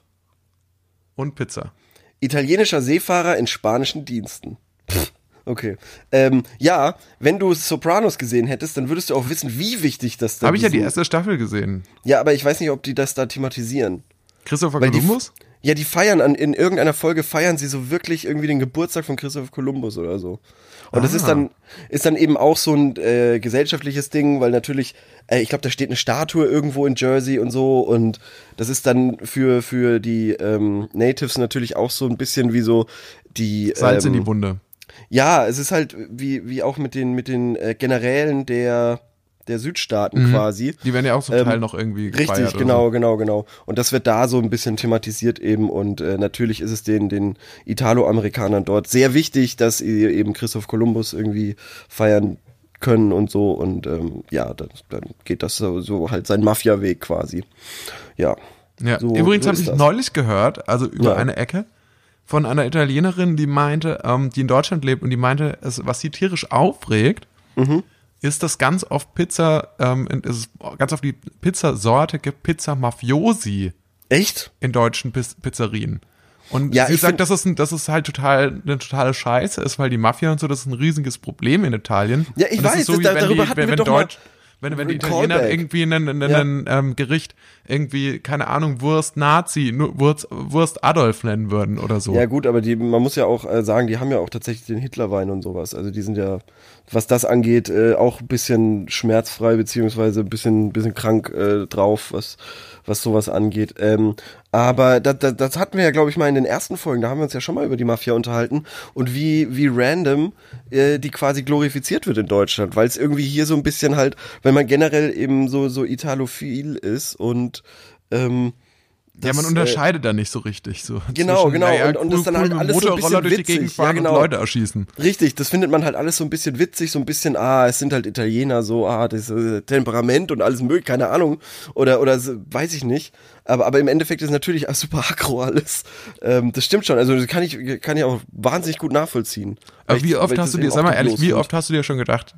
Und Pizza. Italienischer Seefahrer in spanischen Diensten. Pff. Okay. Ähm, ja, wenn du Sopranos gesehen hättest, dann würdest du auch wissen, wie wichtig das da ist. Habe ich ja die erste Staffel gesehen. Ja, aber ich weiß nicht, ob die das da thematisieren. Christopher Weil Columbus? Die, ja, die feiern, an, in irgendeiner Folge feiern sie so wirklich irgendwie den Geburtstag von Christoph Columbus oder so. Und ah. das ist dann, ist dann eben auch so ein äh, gesellschaftliches Ding, weil natürlich, äh, ich glaube, da steht eine Statue irgendwo in Jersey und so und das ist dann für, für die ähm, Natives natürlich auch so ein bisschen wie so die Salz ähm, in die Wunde. Ja, es ist halt wie, wie auch mit den, mit den äh, Generälen der, der Südstaaten mhm. quasi. Die werden ja auch zum Teil ähm, noch irgendwie gefeiert. Richtig, genau, so. genau, genau. Und das wird da so ein bisschen thematisiert eben und äh, natürlich ist es den, den Italo-Amerikanern dort sehr wichtig, dass sie eben Christoph Kolumbus irgendwie feiern können und so und ähm, ja, dann, dann geht das so, so halt sein Mafia-Weg quasi. Ja. Ja, so, übrigens so habe ich das. neulich gehört, also über ja. eine Ecke, von einer Italienerin, die meinte, ähm, die in Deutschland lebt und die meinte, es, was sie tierisch aufregt, mhm. ist, dass ganz oft Pizza, ähm, es ganz oft die Pizzasorte gibt Pizza Mafiosi. Echt? In deutschen Piz- Pizzerien. Und ja, sie ich sagt, dass es, ein, dass es halt total eine totale Scheiße ist, weil die Mafia und so, das ist ein riesiges Problem in Italien. Ja, ich und das weiß, ist so, das, wie darüber wenn die, hatten wenn wir doch Deutsch, mal Wenn, wenn die Ein Italiener Callback. irgendwie ein Ja. ähm, Gericht irgendwie, keine Ahnung, Wurst Nazi, nur Wurst, Wurst Adolf nennen würden oder so. Ja gut, aber die, man muss ja auch äh, sagen, die haben ja auch tatsächlich den Hitlerwein und sowas. Also die sind ja, was das angeht, äh, auch ein bisschen schmerzfrei beziehungsweise ein bisschen, bisschen krank äh, drauf, was was sowas angeht. Ähm, aber das, das, das hatten wir ja, glaube ich, mal in den ersten Folgen, da haben wir uns ja schon mal über die Mafia unterhalten und wie wie random äh, die quasi glorifiziert wird in Deutschland, weil es irgendwie hier so ein bisschen halt, wenn man generell eben so so italophil ist und ähm, Das, ja, man unterscheidet äh, da nicht so richtig. So genau, zwischen, genau. Naja, und, und cool, das dann cool halt mit alles so ein Motorroller bisschen durch die witzig. Gegend fahren ja, genau. und Leute erschießen. Richtig, das findet man halt alles so ein bisschen witzig, so ein bisschen, ah, es sind halt Italiener, so, ah, das äh, Temperament und alles mögliche, keine Ahnung. Oder, oder weiß ich nicht. Aber, aber im Endeffekt ist natürlich super aggro alles. Ähm, das stimmt schon, also das kann ich, kann ich auch wahnsinnig gut nachvollziehen. Aber wie ich, oft hast du dir, sag mal ehrlich, wie oft hast du dir schon gedacht,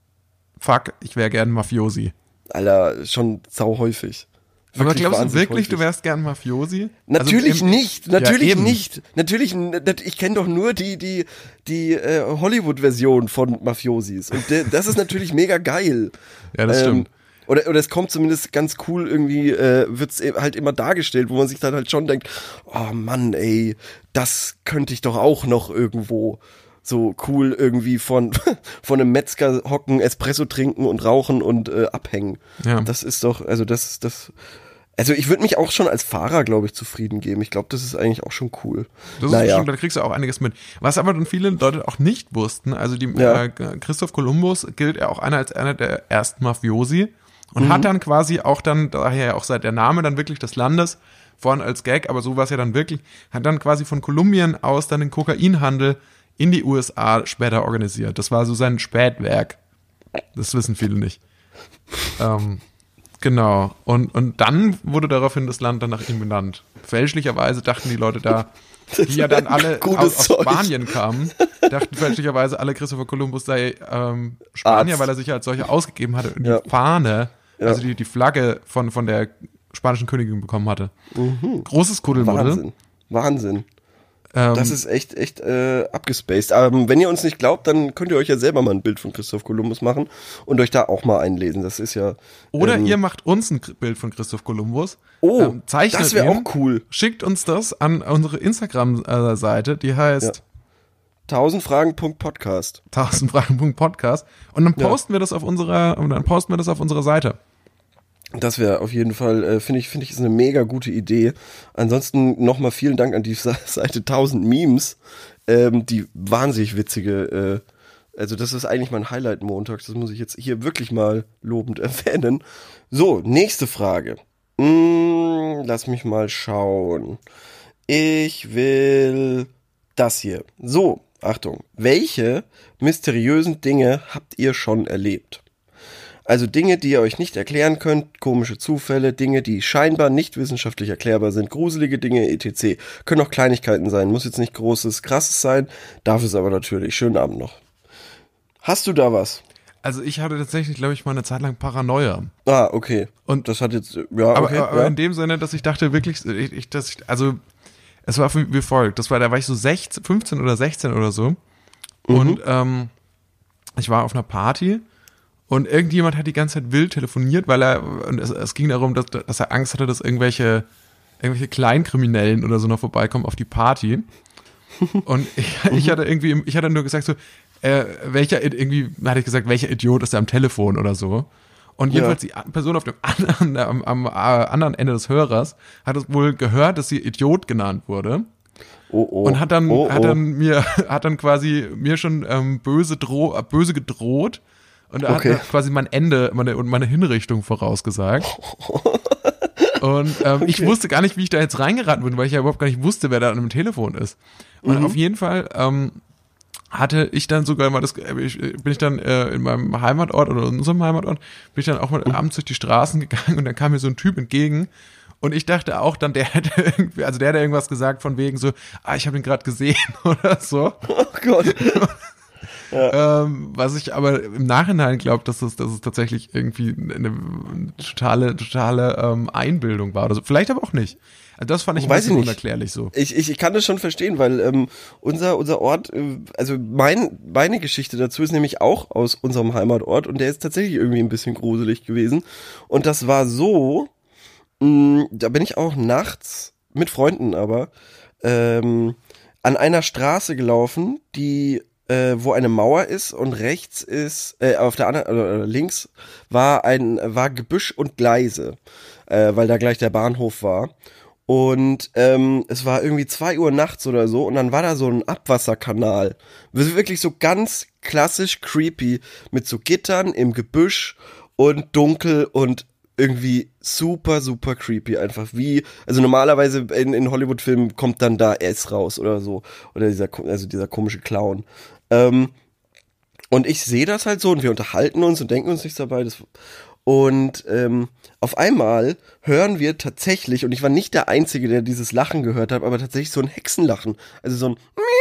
fuck, ich wäre gern Mafiosi? Alter, schon sau häufig. Wirklich aber glaubst du wirklich, häufig. du wärst gern Mafiosi? Natürlich also im, nicht, natürlich ja, nicht. Natürlich, ich kenne doch nur die die die äh, Hollywood-Version von Mafiosis und de, das ist natürlich mega geil. Ja, das ähm, stimmt. Oder oder es kommt zumindest ganz cool irgendwie, äh, wird's halt immer dargestellt, wo man sich dann halt schon denkt, oh Mann, ey, das könnte ich doch auch noch irgendwo so cool irgendwie von von einem Metzger hocken, Espresso trinken und rauchen und äh, abhängen. Ja. Das ist doch, also das das also ich würde mich auch schon als Fahrer, glaube ich, zufrieden geben. Ich glaube, das ist eigentlich auch schon cool. Das ist naja. schon, da kriegst du auch einiges mit. Was aber dann viele Leute auch nicht wussten, also die ja. äh, Christoph Kolumbus gilt ja auch einer als einer der ersten Mafiosi und mhm. hat dann quasi auch dann, daher ja auch seit der Name dann wirklich des Landes, vorhin als Gag, aber so war es ja dann wirklich, hat dann quasi von Kolumbien aus dann den Kokainhandel in die U S A später organisiert. Das war so sein Spätwerk. Das wissen viele nicht. ähm, genau. Und, und dann wurde daraufhin das Land dann nach ihm benannt. Fälschlicherweise dachten die Leute da, die ja dann alle aus, aus Spanien kamen, dachten fälschlicherweise alle, Christopher Columbus sei ähm, Spanier, Arzt. Weil er sich als solcher ausgegeben hatte und ja. die Fahne, ja. also die, die Flagge von, von der spanischen Königin bekommen hatte. Mhm. Großes Kuddelmuddel. Wahnsinn. Wahnsinn. Ähm, das ist echt, echt äh, abgespaced. Aber wenn ihr uns nicht glaubt, dann könnt ihr euch ja selber mal ein Bild von Christoph Kolumbus machen und euch da auch mal einlesen. Das ist ja. Oder ähm, ihr macht uns ein Bild von Christoph Kolumbus. Oh, ähm, zeichnet das wäre auch cool. Schickt uns das an unsere Instagram-Seite, die heißt ja. tausendfragen.podcast. tausendfragen.podcast. Und dann posten ja. wir das auf unserer, und dann posten wir das auf unserer Seite. Das wäre auf jeden Fall, äh, finde ich, finde ich, ist eine mega gute Idee. Ansonsten nochmal vielen Dank an die Seite tausend Memes, ähm, die wahnsinnig witzige, äh, also das ist eigentlich mein Highlight montags, das muss ich jetzt hier wirklich mal lobend erwähnen. So, nächste Frage. Hm, lass mich mal schauen. Ich will das hier. So, Achtung. Welche mysteriösen Dinge habt ihr schon erlebt? Also Dinge, die ihr euch nicht erklären könnt, komische Zufälle, Dinge, die scheinbar nicht wissenschaftlich erklärbar sind, gruselige Dinge, et cetera. Können auch Kleinigkeiten sein, muss jetzt nicht großes, krasses sein, darf es aber natürlich. Schönen Abend noch. Hast du da was? Also ich hatte tatsächlich, glaube ich, mal eine Zeit lang Paranoia. Ah, okay. Und das hat jetzt, ja, aber, okay. Aber ja. in dem Sinne, dass ich dachte wirklich, ich, ich, dass ich, also es war wie folgt, das war, da war ich so sechzehn, fünfzehn oder sechzehn oder so mhm. und ähm, ich war auf einer Party. Und irgendjemand hat die ganze Zeit wild telefoniert, weil er, und es, es ging darum, dass, dass er Angst hatte, dass irgendwelche, irgendwelche Kleinkriminellen oder so noch vorbeikommen auf die Party. Und ich, ich hatte irgendwie, ich hatte nur gesagt so, äh, welcher, irgendwie hatte ich gesagt, welcher Idiot ist da am Telefon oder so. Und jedenfalls ja. die Person auf dem anderen, am, am anderen Ende des Hörers hat es wohl gehört, dass sie Idiot genannt wurde. Oh, oh. Und hat dann, oh, oh. hat dann mir, hat dann quasi mir schon ähm, böse, droh, böse gedroht. Und er okay. hat quasi mein Ende meine, und meine Hinrichtung vorausgesagt. Und ähm, okay. ich wusste gar nicht, wie ich da jetzt reingeraten bin, weil ich ja überhaupt gar nicht wusste, wer da an dem Telefon ist. Und mhm. auf jeden Fall ähm, hatte ich dann sogar mal das, ich, bin ich dann äh, in meinem Heimatort oder in unserem Heimatort, bin ich dann auch mal mhm. abends durch die Straßen gegangen und dann kam mir so ein Typ entgegen. Und ich dachte auch dann, der hätte irgendwie, also der hätte irgendwas gesagt von wegen so, ah, ich habe ihn gerade gesehen oder so. Oh Gott. Ja. Ähm, was ich aber im Nachhinein glaube, dass es, dass es tatsächlich irgendwie eine totale, totale ähm, Einbildung war oder so. Vielleicht aber auch nicht. Also das fand ich Weiß ein bisschen unerklärlich so. Ich, ich, ich kann das schon verstehen, weil ähm, unser, unser Ort, äh, also mein, meine Geschichte dazu ist nämlich auch aus unserem Heimatort und der ist tatsächlich irgendwie ein bisschen gruselig gewesen. Und das war so, mh, da bin ich auch nachts mit Freunden aber ähm, an einer Straße gelaufen, die Äh, wo eine Mauer ist und rechts ist, äh, auf der anderen, oder links war ein, war Gebüsch und Gleise, äh, weil da gleich der Bahnhof war. Und ähm, es war irgendwie zwei Uhr nachts oder so und dann war da so ein Abwasserkanal. Wirklich so ganz klassisch creepy mit so Gittern im Gebüsch und dunkel und irgendwie super, super creepy, einfach wie, also normalerweise in, in Hollywood-Filmen kommt dann da S raus oder so, oder dieser, also dieser komische Clown. Ähm, und ich sehe das halt so und wir unterhalten uns und denken uns nichts dabei, das, und ähm, auf einmal hören wir tatsächlich, und ich war nicht der Einzige, der dieses Lachen gehört hat, aber tatsächlich so ein Hexenlachen, also so ein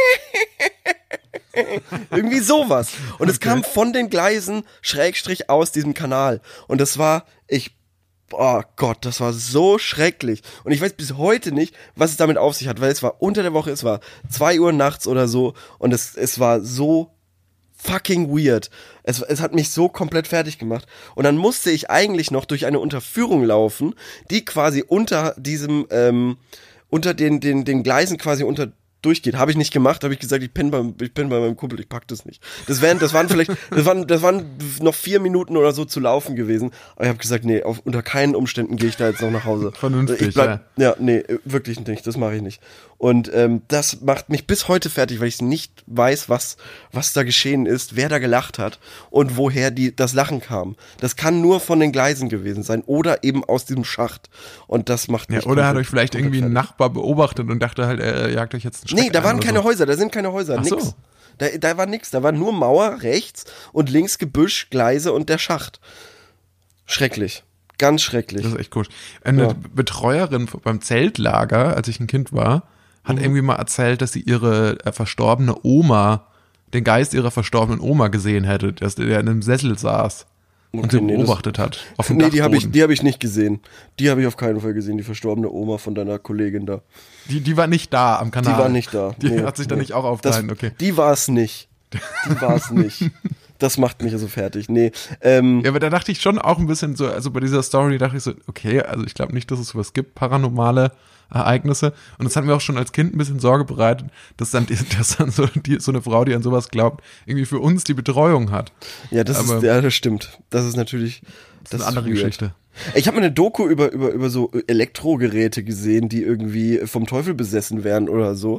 irgendwie sowas. Und es okay. kam von den Gleisen schrägstrich aus diesem Kanal. Und das war, ich, oh Gott, das war so schrecklich. Und ich weiß bis heute nicht, was es damit auf sich hat, weil es war unter der Woche, es war zwei Uhr nachts oder so. Und es, es war so fucking weird. Es, es hat mich so komplett fertig gemacht. Und dann musste ich eigentlich noch durch eine Unterführung laufen, die quasi unter diesem, ähm, unter den, den, den Gleisen quasi unter durchgeht. Habe ich nicht gemacht, habe ich gesagt, ich penne bei, ich penne bei meinem Kumpel, ich pack das nicht. Das wären, das waren vielleicht, das waren, das waren noch vier Minuten oder so zu laufen gewesen. Aber ich habe gesagt, nee, auf, unter keinen Umständen gehe ich da jetzt noch nach Hause. Vernünftig, ich bleib, ja. Ja, nee, wirklich nicht, das mache ich nicht. Und ähm, das macht mich bis heute fertig, weil ich nicht weiß, was, was da geschehen ist, wer da gelacht hat und woher die, das Lachen kam. Das kann nur von den Gleisen gewesen sein oder eben aus diesem Schacht. Und das macht mich ja, oder hat euch vielleicht irgendwie ein Nachbar beobachtet und dachte halt, er jagt euch jetzt einen Schreck Nee, da waren ein keine so. Häuser, da sind keine Häuser, Ach nix. So. Da, da war nix, da war nur Mauer rechts und links Gebüsch, Gleise und der Schacht. Schrecklich. Ganz schrecklich. Das ist echt komisch. Eine Ja. Betreuerin beim Zeltlager, als ich ein Kind war, hat Mhm. irgendwie mal erzählt, dass sie ihre äh, verstorbene Oma, den Geist ihrer verstorbenen Oma gesehen hätte, dass der in einem Sessel saß und Okay, sie nee, das- beobachtet hat. Auf dem Nee, die habe ich, Dachboden. die hab ich nicht gesehen. Die habe ich auf keinen Fall gesehen, die verstorbene Oma von deiner Kollegin da. Die, die war nicht da am Die Kanal. war nicht da. Die Nee, hat sich da nee. nicht auch Das, aufgehalten, okay. Die war es nicht. Die war es nicht. Das macht mich also fertig. Nee, ähm, Ja, aber da dachte ich schon auch ein bisschen so, also bei dieser Story dachte ich so, okay, also ich glaube nicht, dass es sowas gibt, paranormale Ereignisse. Und das hat mir auch schon als Kind ein bisschen Sorge bereitet, dass dann, die, dass dann so, die, so eine Frau, die an sowas glaubt, irgendwie für uns die Betreuung hat. ja, das aber- ist, ja, das stimmt. Das ist natürlich, Das ist eine andere weird. Geschichte. Ich habe mal eine Doku über, über, über so Elektrogeräte gesehen, die irgendwie vom Teufel besessen werden oder so.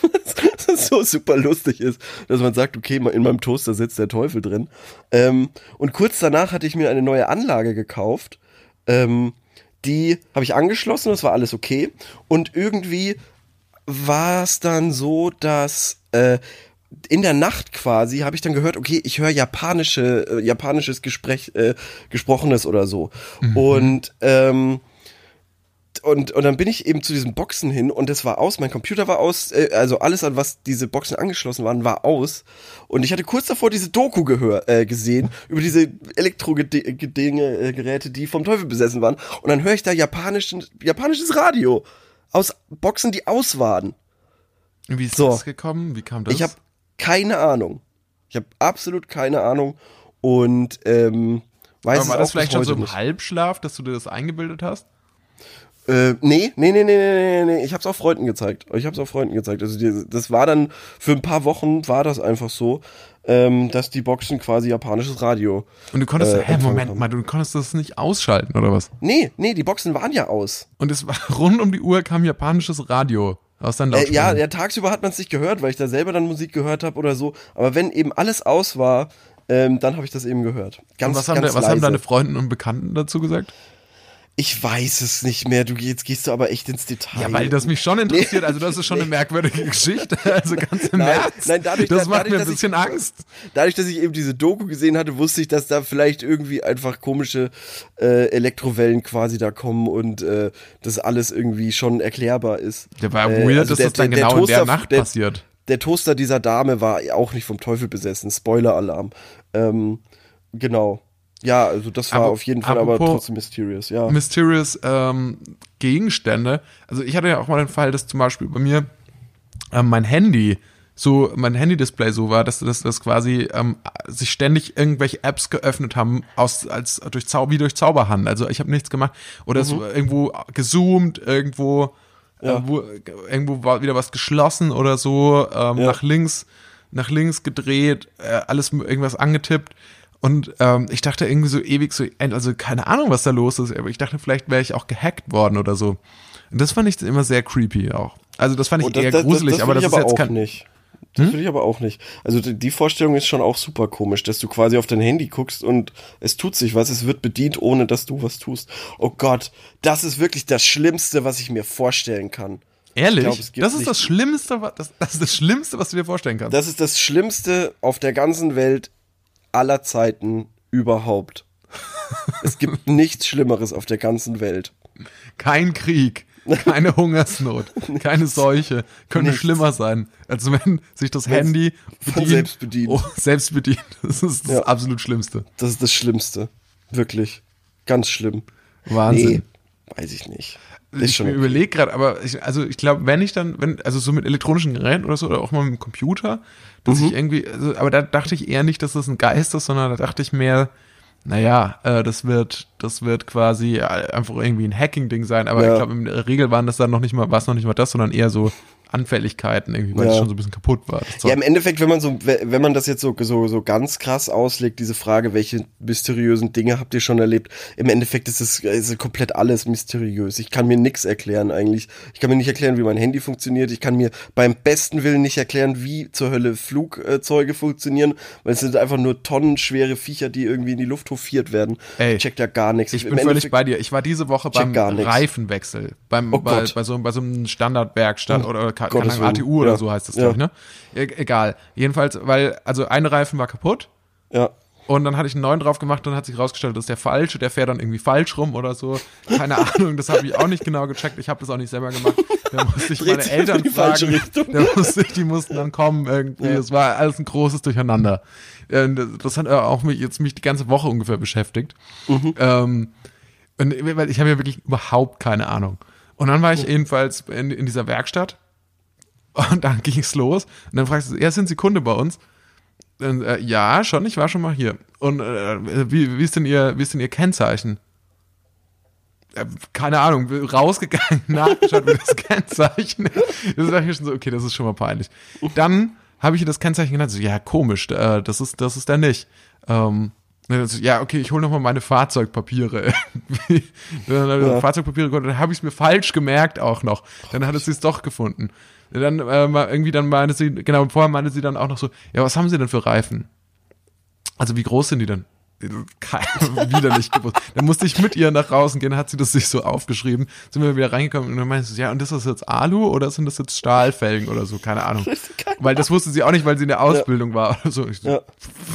Das so super lustig ist, dass man sagt, okay, in meinem Toaster sitzt der Teufel drin. Ähm, und kurz danach hatte ich mir eine neue Anlage gekauft. Ähm, die habe ich angeschlossen, das war alles okay. Und irgendwie war es dann so, dass äh, in der Nacht quasi habe ich dann gehört, okay, ich höre japanische, äh, japanisches Gespräch, äh, gesprochenes oder so. Mhm. Und ähm, und, und dann bin ich eben zu diesen Boxen hin und es war aus, mein Computer war aus, äh, also alles, an was diese Boxen angeschlossen waren, war aus. Und ich hatte kurz davor diese Doku gehör, äh, gesehen über diese Elektro-Geräte, die vom Teufel besessen waren. Und dann höre ich da japanischen, japanisches Radio aus Boxen, die aus waren. Wie ist So. das gekommen? Wie kam das? Ich habe keine Ahnung. Ich habe absolut keine Ahnung und ähm, weiß aber es war auch das vielleicht bis schon heute so im nicht. Halbschlaf, dass du dir das eingebildet hast? Äh, nee, nee, nee, nee, nee, nee, ich hab's auch Freunden gezeigt. Ich hab's auch Freunden gezeigt. Also die, das war dann, für ein paar Wochen war das einfach so, ähm, dass die Boxen quasi japanisches Radio. Und du konntest, Äh, hä, empfangen Moment haben. mal, du konntest das nicht ausschalten, oder was? Nee, nee, die Boxen waren ja aus. Und es war rund um die Uhr kam japanisches Radio aus deinen Äh, Lautsprechern. ja, ja, tagsüber hat man es nicht gehört, weil ich da selber dann Musik gehört habe oder so. Aber wenn eben alles aus war, ähm, dann habe ich das eben gehört. Ganz, Und was haben, ganz de, was leise. haben deine Freunde und Bekannten dazu gesagt? Ich weiß es nicht mehr. Du jetzt gehst du aber echt ins Detail. Ja, weil das mich schon interessiert. Also das ist schon eine merkwürdige Geschichte. Also ganz im Nein, Ernst. nein, dadurch, das da- macht dadurch, mir ein dass ich- bisschen Angst. Dadurch, dass ich eben diese Doku gesehen hatte, wusste ich, dass da vielleicht irgendwie einfach komische äh, Elektrowellen quasi da kommen und äh, das alles irgendwie schon erklärbar ist. Der war Äh, weird, also dass der- das dann der- der genau in der Toaster- Nacht der- passiert. Der Toaster dieser Dame war auch nicht vom Teufel besessen. Spoiler-Alarm. Ähm, genau. Ja, also das war Aber auf jeden Fall aber apropos trotzdem mysterious, ja. Mysterious ähm, Gegenstände. Also ich hatte ja auch mal den Fall, dass zum Beispiel bei mir ähm, mein Handy so, mein Handy-Display so war, dass das, das quasi ähm, sich ständig irgendwelche Apps geöffnet haben, aus, als durch Zau wie durch Zauberhand. Also ich habe nichts gemacht. Oder es war irgendwo gezoomt, irgendwo, Ja. äh, wo, irgendwo war wieder was geschlossen oder so, ähm, Ja. nach links, nach links gedreht, äh, alles irgendwas angetippt. Und ähm, ich dachte irgendwie so ewig so, also keine Ahnung, was da los ist, aber ich dachte, vielleicht wäre ich auch gehackt worden oder so. Und das fand ich immer sehr creepy auch. Also das fand ich Und das- eher das- gruselig, das aber will das ich ist aber jetzt auch kein... nicht. Das will ich aber auch nicht. Also die die Vorstellung ist schon auch super komisch, dass du quasi auf dein Handy guckst und es tut sich was, es wird bedient, ohne dass du was tust. Oh Gott, das ist wirklich das Schlimmste, was ich mir vorstellen kann. Ehrlich? Ich glaub, es gibt das ist nicht- das Schlimmste, wa- das, das ist das Schlimmste, was du dir vorstellen kannst. Das ist das Schlimmste auf der ganzen Welt aller Zeiten überhaupt. Es gibt nichts Schlimmeres auf der ganzen Welt. Kein Krieg, keine Hungersnot, keine Seuche könnte Nichts. schlimmer sein, als wenn sich das Handy von bedient, selbst bedient. Oh, selbst bedient. Das ist das Ja. absolut Schlimmste. Das ist das Schlimmste. Wirklich. Ganz schlimm. Wahnsinn. Nee, weiß ich nicht. Ist Ich schon mir okay. überlege gerade, aber ich, also ich glaube, wenn ich dann, wenn, also so mit elektronischen Geräten oder so, oder auch mal mit dem Computer, dass Mhm. ich irgendwie, also, aber da dachte ich eher nicht, dass das ein Geist ist, sondern da dachte ich mehr, naja, äh, das wird, das wird quasi äh, einfach irgendwie ein Hacking-Ding sein, aber Ja. ich glaube, in der Regel waren das dann noch nicht mal, war es noch nicht mal das, sondern eher so Anfälligkeiten irgendwie, weil Ja. es schon so ein bisschen kaputt war. Das Ja, Zeug. im Endeffekt, wenn man so, wenn man das jetzt so, so, so ganz krass auslegt, diese Frage, welche mysteriösen Dinge habt ihr schon erlebt? Im Endeffekt ist es ist komplett alles mysteriös. Ich kann mir nichts erklären eigentlich. Ich kann mir nicht erklären, wie mein Handy funktioniert. Ich kann mir beim besten Willen nicht erklären, wie zur Hölle Flugzeuge funktionieren, weil es sind einfach nur tonnenschwere Viecher, die irgendwie in die Luft hofiert werden. Ey, ich check da gar nichts. Ich Im bin völlig Endeffekt- bei dir. Ich war diese Woche check beim gar nix. Reifenwechsel, beim, Oh bei, Gott. bei, so, bei so einem Standardwerkstatt Oh. oder keine Gottes Ahnung, A T U Willen. oder Ja. so heißt das, Ja. glaube ich, ne? E- egal. Jedenfalls, weil, also ein Reifen war kaputt. Ja. Und dann hatte ich einen neuen drauf gemacht und hat sich rausgestellt, das ist der falsche, der fährt dann irgendwie falsch rum oder so. Keine Ahnung, das habe ich auch nicht genau gecheckt. Ich habe das auch nicht selber gemacht. Da musste ich Dreht meine sich Eltern in die falsche fragen. Richtung. Da musste ich, die mussten dann kommen irgendwie. Ja. Es war alles ein großes Durcheinander. Äh, Das hat auch mich, jetzt mich die ganze Woche ungefähr beschäftigt. Mhm. Ähm, und, weil ich habe ja wirklich überhaupt keine Ahnung. Und dann war ich jedenfalls in, in dieser Werkstatt und dann ging es los. Und dann fragst du, ja, sind Sie Kunde bei uns? Und, äh, ja, schon, ich war schon mal hier. Und äh, wie, wie, ist denn ihr, wie ist denn Ihr Kennzeichen? Äh, keine Ahnung, rausgegangen, nachgeschaut, wie das Kennzeichen ist. Das dachte ich schon so, okay, das ist schon mal peinlich. Dann habe ich ihr das Kennzeichen genannt. So, ja, komisch, äh, das ist das ist der nicht. Ähm, so, ja, okay, ich hole nochmal meine Fahrzeugpapiere. Dann habe ich Ja. Fahrzeugpapiere geholt, dann habe ich es mir falsch gemerkt auch noch. Dann hat sie es doch gefunden. Dann äh, mal irgendwie dann meinte sie, genau, vorher meinte sie dann auch noch so, ja, was haben Sie denn für Reifen? Also wie groß sind die denn? Kein, wieder nicht gewusst. Dann musste ich mit ihr nach draußen gehen, hat sie das sich so aufgeschrieben, sind wir wieder reingekommen und dann meinte sie, ja, und ist das jetzt Alu oder sind das jetzt Stahlfelgen oder so? Keine Ahnung. Weil das wusste sie auch nicht, weil sie in der Ausbildung ja. war oder so. Ich so Ja.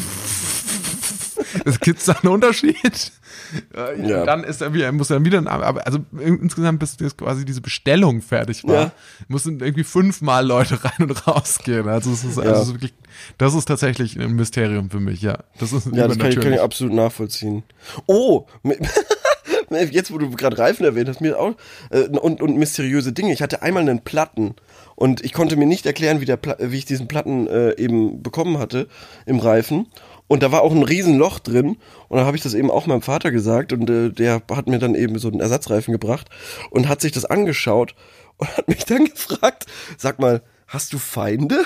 Gibt's da einen Unterschied? Äh, Ja. Dann ist er wieder, muss er wieder, aber also insgesamt bis, bis quasi diese Bestellung fertig war, Ja. mussten irgendwie fünfmal Leute rein und rausgehen. Also es ist, also Ja. es ist wirklich, das ist tatsächlich ein Mysterium für mich, ja. Das ist Ja, das kann ich, kann ich natürlich. absolut nachvollziehen. Oh, mit- jetzt wo du gerade Reifen erwähnt hast, mir auch äh, und, und mysteriöse Dinge. Ich hatte einmal einen Platten und ich konnte mir nicht erklären, wie, der Pla- wie ich diesen Platten äh, eben bekommen hatte im Reifen. Und da war auch ein Riesenloch drin und dann habe ich das eben auch meinem Vater gesagt und äh, der hat mir dann eben so einen Ersatzreifen gebracht und hat sich das angeschaut und hat mich dann gefragt, sag mal, hast du Feinde?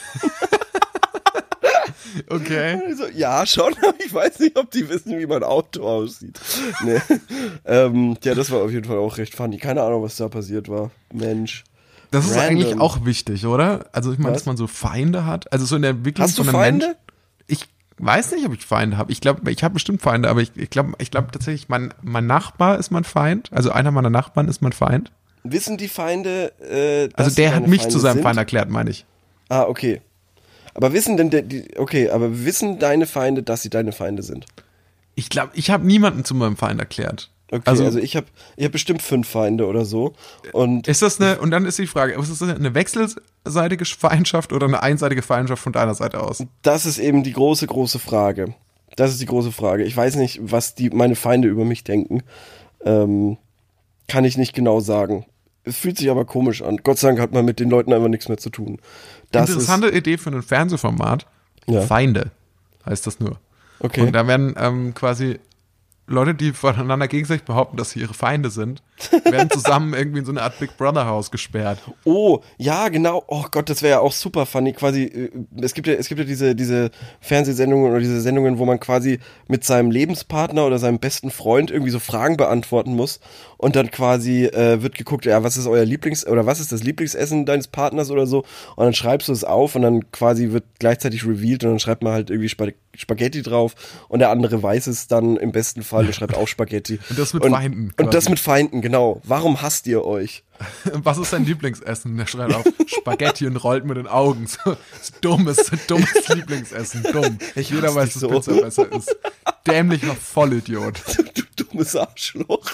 Okay. Ich so, ja, schon, aber ich weiß nicht, ob die wissen, wie mein Auto aussieht. Nee. ähm, ja, das war auf jeden Fall auch recht funny. Keine Ahnung, was da passiert war. Mensch. Das ist Random. eigentlich auch wichtig, oder? Also ich meine, Was? dass man so Feinde hat. Also so in der Entwicklung Hast du von einem Feinde? Menschen. Ich weiß nicht, ob ich Feinde habe. Ich glaube, ich habe bestimmt Feinde, aber ich, ich glaube ich glaub tatsächlich, mein, mein Nachbar ist mein Feind. Also einer meiner Nachbarn ist mein Feind. Wissen die Feinde, äh, dass Also der sie hat deine mich Feinde zu seinem sind? Feind erklärt, meine ich. Ah, okay. Aber wissen denn, der, die, okay, aber wissen deine Feinde, dass sie deine Feinde sind? Ich glaube, ich habe niemanden zu meinem Feind erklärt. Okay, Also- also, ich habe ich hab bestimmt fünf Feinde oder so. Und Ist das eine, und dann ist die Frage, ist das eine wechselseitige Feindschaft oder eine einseitige Feindschaft von deiner Seite aus? das ist eben die große, große Frage. Das ist die große Frage. Ich weiß nicht, was die meine Feinde über mich denken. Ähm, kann ich nicht genau sagen. Es fühlt sich aber komisch an. Gott sei Dank hat man mit den Leuten einfach nichts mehr zu tun. Das Interessante Idee für ein Fernsehformat. Ja. Feinde heißt das nur. ist okay. Und da werden ähm, quasi Leute, die voneinander gegenseitig behaupten, dass sie ihre Feinde sind, werden zusammen irgendwie in so eine Art Big Brother Haus gesperrt. Oh, ja, genau. Oh Gott, das wäre ja auch super funny. Quasi, äh, es gibt ja, es gibt ja diese, diese Fernsehsendungen oder diese Sendungen, wo man quasi mit seinem Lebenspartner oder seinem besten Freund irgendwie so Fragen beantworten muss und dann quasi äh, wird geguckt, ja, was ist euer Lieblings- oder was ist das Lieblingsessen deines Partners oder so und dann schreibst du es auf und dann quasi wird gleichzeitig revealed und dann schreibt man halt irgendwie Sp- Spaghetti drauf und der andere weiß es dann im besten Fall und schreibt auch Spaghetti. Und das mit und, Feinden Und das quasi. mit Feinden, genau. Warum hasst ihr euch? Was ist dein Lieblingsessen? Der schreit auf Spaghetti und rollt mit den Augen. So, so dummes, dummes Lieblingsessen. Dumm. Ich Jeder hasse weiß, dich dass so. Pizza besser ist. Dämlicher Vollidiot. Du dummes Arschloch.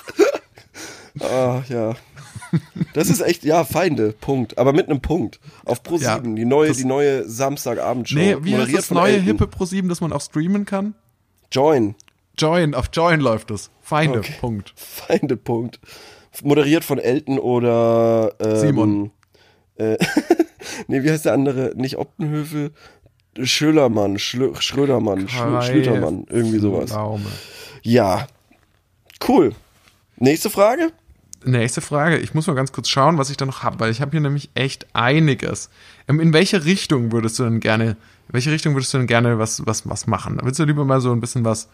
Ah, ja. Das ist echt, ja, Feinde, Punkt. Aber mit einem Punkt. Auf Pro sieben, Ja, die neue, das- die neue Samstagabendshow. Nee, wie heißt moderiert das von neue Elton. hippe Pro sieben, das man auch streamen kann? Join. Join, auf Join läuft es. Feinde, Okay. Punkt. Feinde, Punkt. Moderiert von Elton oder ähm, Simon. Äh, nee, wie heißt der andere? Nicht Optenhövel. Schölermann, Schlö Schrödermann, Schlö Kai Schlütermann, irgendwie sowas. Pflaume. Ja. Cool. Nächste Frage? Nächste Frage. Ich muss mal ganz kurz schauen, was ich da noch habe, weil ich habe hier nämlich echt einiges. Ähm, In welche Richtung würdest du denn gerne, in welche Richtung würdest du denn gerne was, was, was machen? Willst du lieber mal so ein bisschen was,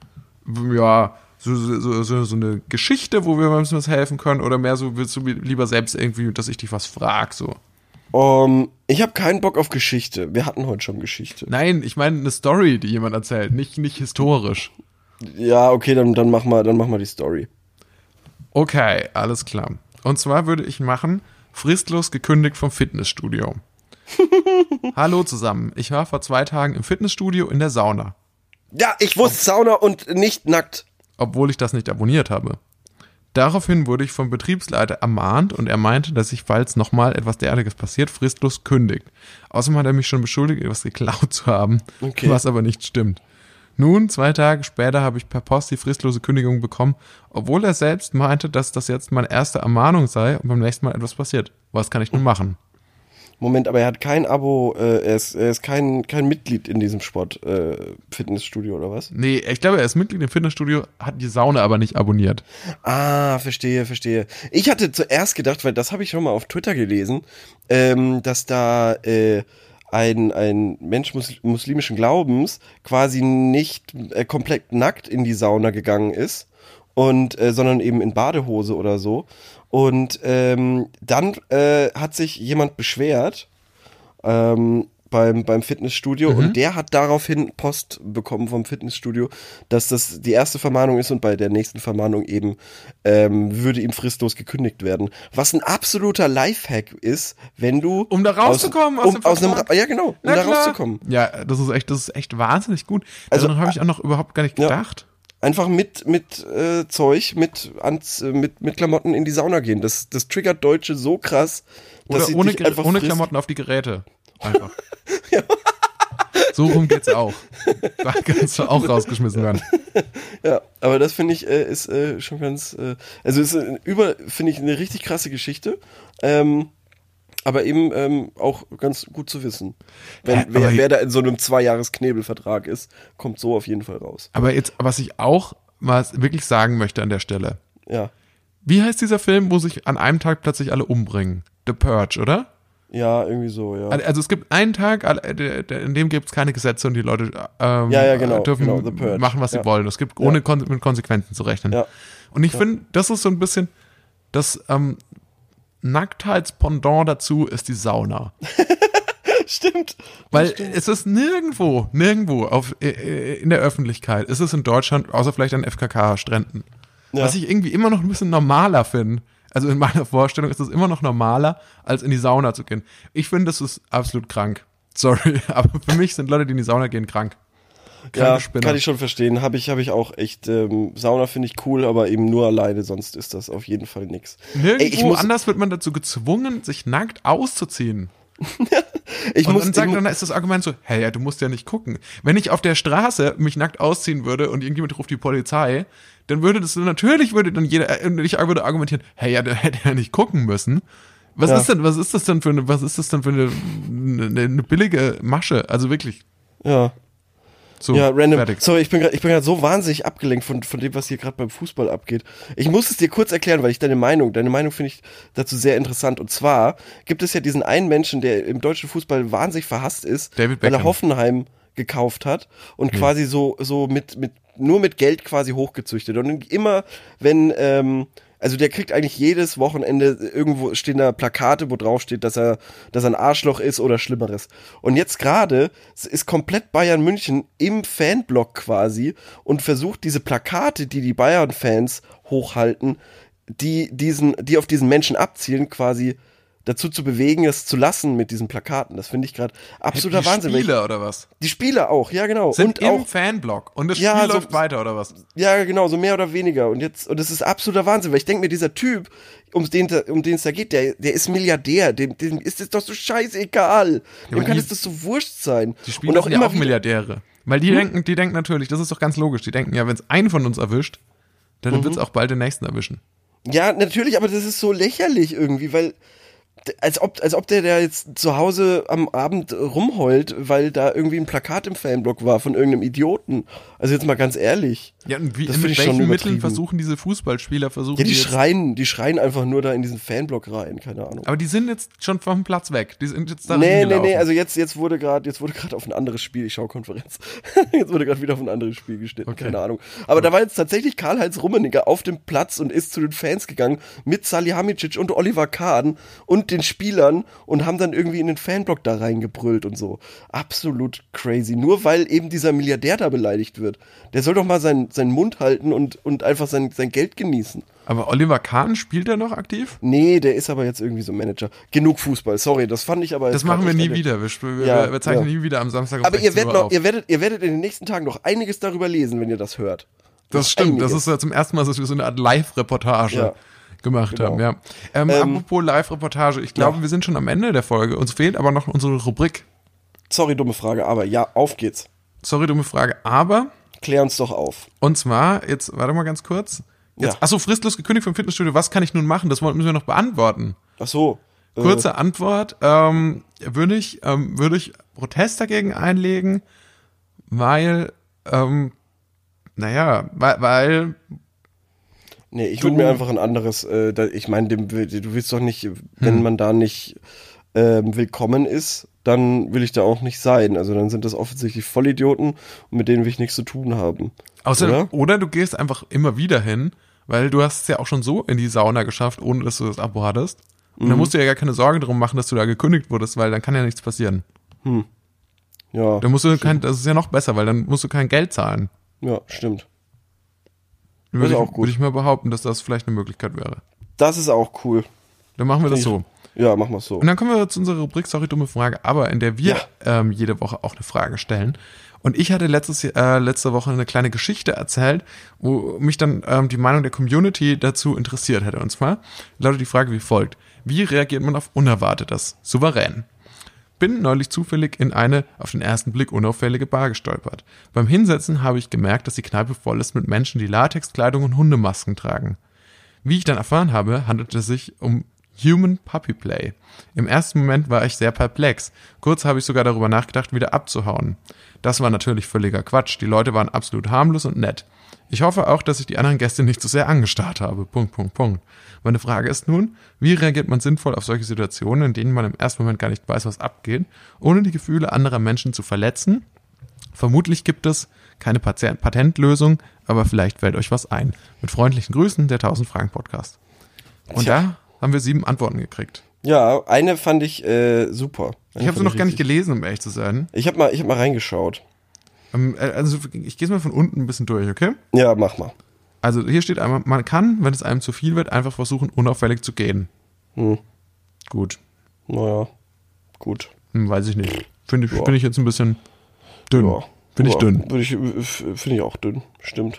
ja, so, so, so, so eine Geschichte, wo wir mal ein bisschen was helfen können, oder mehr so, willst du lieber selbst irgendwie, dass ich dich was frag, so? Um, ich habe keinen Bock auf Geschichte. Wir hatten heute schon Geschichte. Nein, ich meine eine Story, die jemand erzählt, nicht, nicht historisch. Ja, okay, dann, dann mach mal, dann mach mal die Story. Okay, alles klar. Und zwar würde ich machen, fristlos gekündigt vom Fitnessstudio. Hallo zusammen, ich war vor zwei Tagen im Fitnessstudio in der Sauna. Ja, ich wusste Ob- Sauna und nicht nackt. Obwohl ich das nicht abonniert habe. Daraufhin wurde ich vom Betriebsleiter ermahnt und er meinte, dass ich, falls nochmal etwas derartiges passiert, fristlos kündigt. Außerdem hat er mich schon beschuldigt, etwas geklaut zu haben, okay. Was aber nicht stimmt. Nun, zwei Tage später habe ich per Post die fristlose Kündigung bekommen, obwohl er selbst meinte, dass das jetzt meine erste Ermahnung sei und beim nächsten Mal etwas passiert. Was kann ich nun machen? Moment, aber er hat kein Abo, äh, er ist, er ist kein, kein Mitglied in diesem Sport, äh, Fitnessstudio oder was? Nee, ich glaube, er ist Mitglied im Fitnessstudio, hat die Sauna aber nicht abonniert. Ah, verstehe, verstehe. Ich hatte zuerst gedacht, weil das habe ich schon mal auf Twitter gelesen, ähm, dass da äh, ein, ein Mensch mus- muslimischen Glaubens quasi nicht äh, komplett nackt in die Sauna gegangen ist, und äh, sondern eben in Badehose oder so. Und ähm, dann äh, hat sich jemand beschwert ähm, beim, beim Fitnessstudio mhm. und der hat daraufhin Post bekommen vom Fitnessstudio, dass das die erste Vermahnung ist und bei der nächsten Vermahnung eben ähm, würde ihm fristlos gekündigt werden. Was ein absoluter Lifehack ist, wenn du... Um da rauszukommen aus, um, aus, dem aus einem Ja, genau, um Na da klar. rauszukommen. Ja, das ist echt, das ist echt wahnsinnig gut. Also, Daran habe ich auch noch überhaupt gar nicht gedacht. Ja. Einfach mit mit äh, Zeug, mit, ans, äh, mit mit Klamotten in die Sauna gehen. Das, das triggert Deutsche so krass, dass Oder sie ohne, dich einfach ohne frisst. Klamotten auf die Geräte. Einfach. Ja. So rum geht's auch. Da kannst du auch rausgeschmissen werden. Ja, aber das finde ich äh, ist äh, schon ganz, äh, also ist äh, über, finde ich eine richtig krasse Geschichte. Ähm, Aber eben ähm, auch ganz gut zu wissen. Wenn, Hä, wer, wer da in so einem Zwei-Jahres-Knebelvertrag ist, kommt so auf jeden Fall raus. Aber jetzt, was ich auch mal wirklich sagen möchte an der Stelle. Ja. Wie heißt dieser Film, wo sich an einem Tag plötzlich alle umbringen? The Purge, oder? Ja, irgendwie so, ja. Also es gibt einen Tag, in dem gibt es keine Gesetze und die Leute ähm, ja, ja, genau, dürfen genau, The Purge. machen, was sie ja. wollen. Es gibt ohne ja. Kon- mit Konsequenzen zu rechnen. Ja. Und ich ja. finde, das ist so ein bisschen das ähm, Nacktheitspendant dazu ist die Sauna. Stimmt. Weil stimmt. es ist nirgendwo, nirgendwo auf, äh, in der Öffentlichkeit, ist es in Deutschland, außer vielleicht an F K K-Stränden. Ja. Was ich irgendwie immer noch ein bisschen normaler finde. Also in meiner Vorstellung ist es immer noch normaler, als in die Sauna zu gehen. Ich finde, das ist absolut krank. Sorry, aber für mich sind Leute, die in die Sauna gehen, krank. Ja, kann ich schon verstehen. Habe ich, hab ich auch echt, ähm, Sauna finde ich cool, aber eben nur alleine, sonst ist das auf jeden Fall nix. Nirgendwo Ey, ich muss, anders wird man dazu gezwungen, sich nackt auszuziehen. ich und muss, dann, sagt, ich, dann ist das Argument so, hey, ja, du musst ja nicht gucken. Wenn ich auf der Straße mich nackt ausziehen würde und irgendjemand ruft die Polizei, dann würde das, natürlich würde dann jeder, ich würde argumentieren, hey, ja, der hätte ja nicht gucken müssen. Was ja. ist denn, was ist das denn für eine, was ist das denn für eine, eine, eine billige Masche? Also wirklich. Ja. So, ja, random. fertig. Sorry, ich bin gerade ich bin gerade so wahnsinnig abgelenkt von, von dem, was hier gerade beim Fußball abgeht. Ich muss es dir kurz erklären, weil ich deine Meinung, deine Meinung finde ich dazu sehr interessant. Und zwar gibt es ja diesen einen Menschen, der im deutschen Fußball wahnsinnig verhasst ist, David weil Beckham. er Hoffenheim gekauft hat und Ja. quasi so, so mit, mit, nur mit Geld quasi hochgezüchtet. Und immer, wenn, ähm, also der kriegt eigentlich jedes Wochenende, irgendwo stehen da Plakate, wo drauf steht, dass er, dass er ein Arschloch ist oder Schlimmeres. Und jetzt gerade ist komplett Bayern München im Fanblock quasi und versucht diese Plakate, die die Bayern-Fans hochhalten, die diesen, die auf diesen Menschen abzielen, quasi dazu zu bewegen, es zu lassen mit diesen Plakaten. Das finde ich gerade absoluter die Wahnsinn. Spieler oder was? Die Spieler auch, ja genau. Sind und im auch Fanblock und das Spiel Ja, so- läuft weiter oder was? Ja, genau, so mehr oder weniger. Und jetzt, und das ist absoluter Wahnsinn, weil ich denke mir, dieser Typ, um den, um den es da geht, der, der ist Milliardär, dem, dem ist es doch so scheißegal. Dem aber kann die- es das so wurscht sein. Die Spieler und auch sind ja immer auch wieder, Milliardäre. Weil die denken, die denken natürlich, das ist doch ganz logisch, die denken ja, wenn es einen von uns erwischt, dann Mhm. wird es auch bald den nächsten erwischen. Ja, natürlich, aber das ist so lächerlich irgendwie, weil als ob, als ob der da jetzt zu Hause am Abend rumheult, weil da irgendwie ein Plakat im Fanblock war von irgendeinem Idioten. Also jetzt mal ganz ehrlich. Ja, und wie, Das mit find ich schon welchen Mitteln übertrieben. versuchen diese Fußballspieler, versuchen Ja, die die jetzt, schreien, die schreien einfach nur da in diesen Fanblock rein, keine Ahnung. aber die sind jetzt schon vom Platz weg. Die sind jetzt da Nee, nee, hingelaufen. nee, also jetzt, jetzt wurde gerade, jetzt wurde gerade auf ein anderes Spiel, ich schaue Konferenz, jetzt wurde gerade wieder auf ein anderes Spiel geschnitten, Okay. keine Ahnung. Aber da war jetzt tatsächlich Karl-Heinz Rummenigge auf dem Platz und ist zu den Fans gegangen mit Salihamidzic und Oliver Kahn und den Spielern und haben dann irgendwie in den Fanblock da reingebrüllt und so. Absolut crazy. Nur weil eben dieser Milliardär da beleidigt wird. Der soll doch mal sein, seinen Mund halten und, und einfach sein, sein Geld genießen. Aber Oliver Kahn, spielt er noch aktiv? Nee, der ist aber jetzt irgendwie so Manager. Genug Fußball, sorry, das fand ich aber... Das machen wir nie wieder, wir, wir, ja, wir zeichnen ja. nie wieder am Samstag um aber ihr werdet, noch, ihr, werdet, ihr werdet in den nächsten Tagen noch einiges darüber lesen, wenn ihr das hört. Das stimmt, einiges. Das ist ja zum ersten Mal, dass wir so eine Art Live-Reportage ja. gemacht genau. haben. Ja. Ähm, ähm, apropos Live-Reportage, ich glaube, ja. wir sind schon am Ende der Folge. Uns fehlt aber noch unsere Rubrik. Sorry, dumme Frage, aber ja, auf geht's. Sorry, dumme Frage, aber... Klär uns doch auf. Und zwar, jetzt, warte mal ganz kurz... Jetzt, ja. Achso, fristlos gekündigt vom Fitnessstudio, was kann ich nun machen? Das müssen wir noch beantworten. Ach so. Äh. Kurze Antwort, ähm, würde ich, ähm, würde ich Protest dagegen einlegen, weil, ähm, naja, weil, weil Nee, ich würde mir einfach ein anderes, äh, da, ich meine, du willst doch nicht, wenn hm. man da nicht äh, willkommen ist, dann will ich da auch nicht sein. Also dann sind das offensichtlich Vollidioten, mit denen will ich nichts zu tun haben. Außerdem, oder? oder du gehst einfach immer wieder hin, weil du hast es ja auch schon so in die Sauna geschafft, ohne dass du das Abo hattest. Und mhm. dann musst du ja gar keine Sorgen darum machen, dass du da gekündigt wurdest, weil dann kann ja nichts passieren. Hm. Ja. Dann musst du kein, das ist ja noch besser, weil dann musst du kein Geld zahlen. Ja, stimmt. Würde ich, auch gut. Würde ich mal behaupten, dass das vielleicht eine Möglichkeit wäre. Das ist auch cool. Dann machen wir das so. Ja, machen wir es so. Und dann kommen wir zu unserer Rubrik, sorry, dumme Frage, aber in der wir ja. ähm, jede Woche auch eine Frage stellen. Und ich hatte letztes, äh, letzte Woche eine kleine Geschichte erzählt, wo mich dann ähm, die Meinung der Community dazu interessiert hätte. Und zwar lautet die Frage wie folgt. Wie reagiert man auf Unerwartetes? Souverän. Bin neulich zufällig in eine auf den ersten Blick unauffällige Bar gestolpert. Beim Hinsetzen habe ich gemerkt, dass die Kneipe voll ist mit Menschen, die Latexkleidung und Hundemasken tragen. Wie ich dann erfahren habe, handelt es sich um Human Puppy Play. Im ersten Moment war ich sehr perplex. Kurz habe ich sogar darüber nachgedacht, wieder abzuhauen. Das war natürlich völliger Quatsch. Die Leute waren absolut harmlos und nett. Ich hoffe auch, dass ich die anderen Gäste nicht so sehr angestarrt habe. Punkt, Punkt, Punkt. Meine Frage ist nun, wie reagiert man sinnvoll auf solche Situationen, in denen man im ersten Moment gar nicht weiß, was abgeht, ohne die Gefühle anderer Menschen zu verletzen? Vermutlich gibt es keine Patentlösung, aber vielleicht fällt euch was ein. Mit freundlichen Grüßen, der tausend-Fragen-Podcast. Und Tja. da haben wir sieben Antworten gekriegt. Ja, eine fand ich äh, super. Eine ich habe sie noch gar nicht gelesen, um ehrlich zu sein. Ich habe mal, ich hab mal reingeschaut. Ähm, also ich gehe es mal von unten ein bisschen durch, okay? Ja, mach mal. Also hier steht einmal, man kann, wenn es einem zu viel wird, einfach versuchen, unauffällig zu gehen. Hm. Gut. Naja, gut. Hm, weiß ich nicht. Finde ich, ja. find ich jetzt ein bisschen dünn. Ja. Finde ich ja. dünn. Ich, Finde ich auch dünn, stimmt.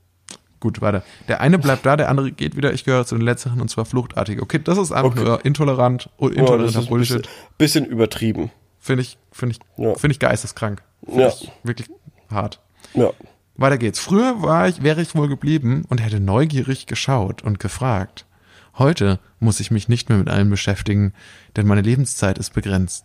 Gut, warte. Der eine bleibt da, der andere geht wieder. Ich gehöre zu den Letzteren und zwar fluchtartig. Okay, das ist einfach okay. nur intolerant und intoleranter ja, Bullshit. Bisschen, bisschen übertrieben. Finde ich, finde ich, ja. finde ich geisteskrank. Finde ja. ich wirklich hart. Ja. Weiter geht's. Früher war ich, wäre ich wohl geblieben und hätte neugierig geschaut und gefragt. Heute muss ich mich nicht mehr mit allem beschäftigen, denn meine Lebenszeit ist begrenzt.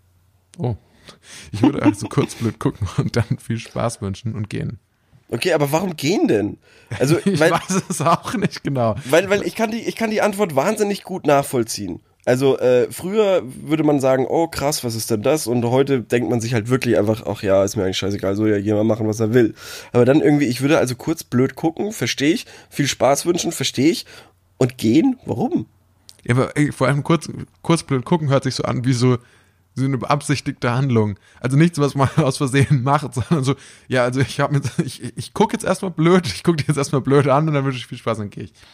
Oh. Ich würde also kurz blöd gucken und dann viel Spaß wünschen und gehen. Okay, aber warum gehen denn? Also, ich weil, weiß es auch nicht genau. Weil, weil ich kann die, ich kann die Antwort wahnsinnig gut nachvollziehen. Also äh, früher würde man sagen, oh krass, was ist denn das? Und heute denkt man sich halt wirklich einfach, ach ja, ist mir eigentlich scheißegal, soll ja jemand machen, was er will. Aber dann irgendwie, ich würde also kurz blöd gucken, verstehe ich, viel Spaß wünschen, verstehe ich. Und gehen, warum? Ja, aber ey, vor allem kurz, kurz blöd gucken hört sich so an wie so so eine beabsichtigte Handlung. Also nichts, was man aus Versehen macht, sondern so, ja, also ich habe mir, ich, ich gucke jetzt erstmal blöd, ich gucke dir jetzt erstmal blöd an und dann wünsche ich viel Spaß, dann gehe ich.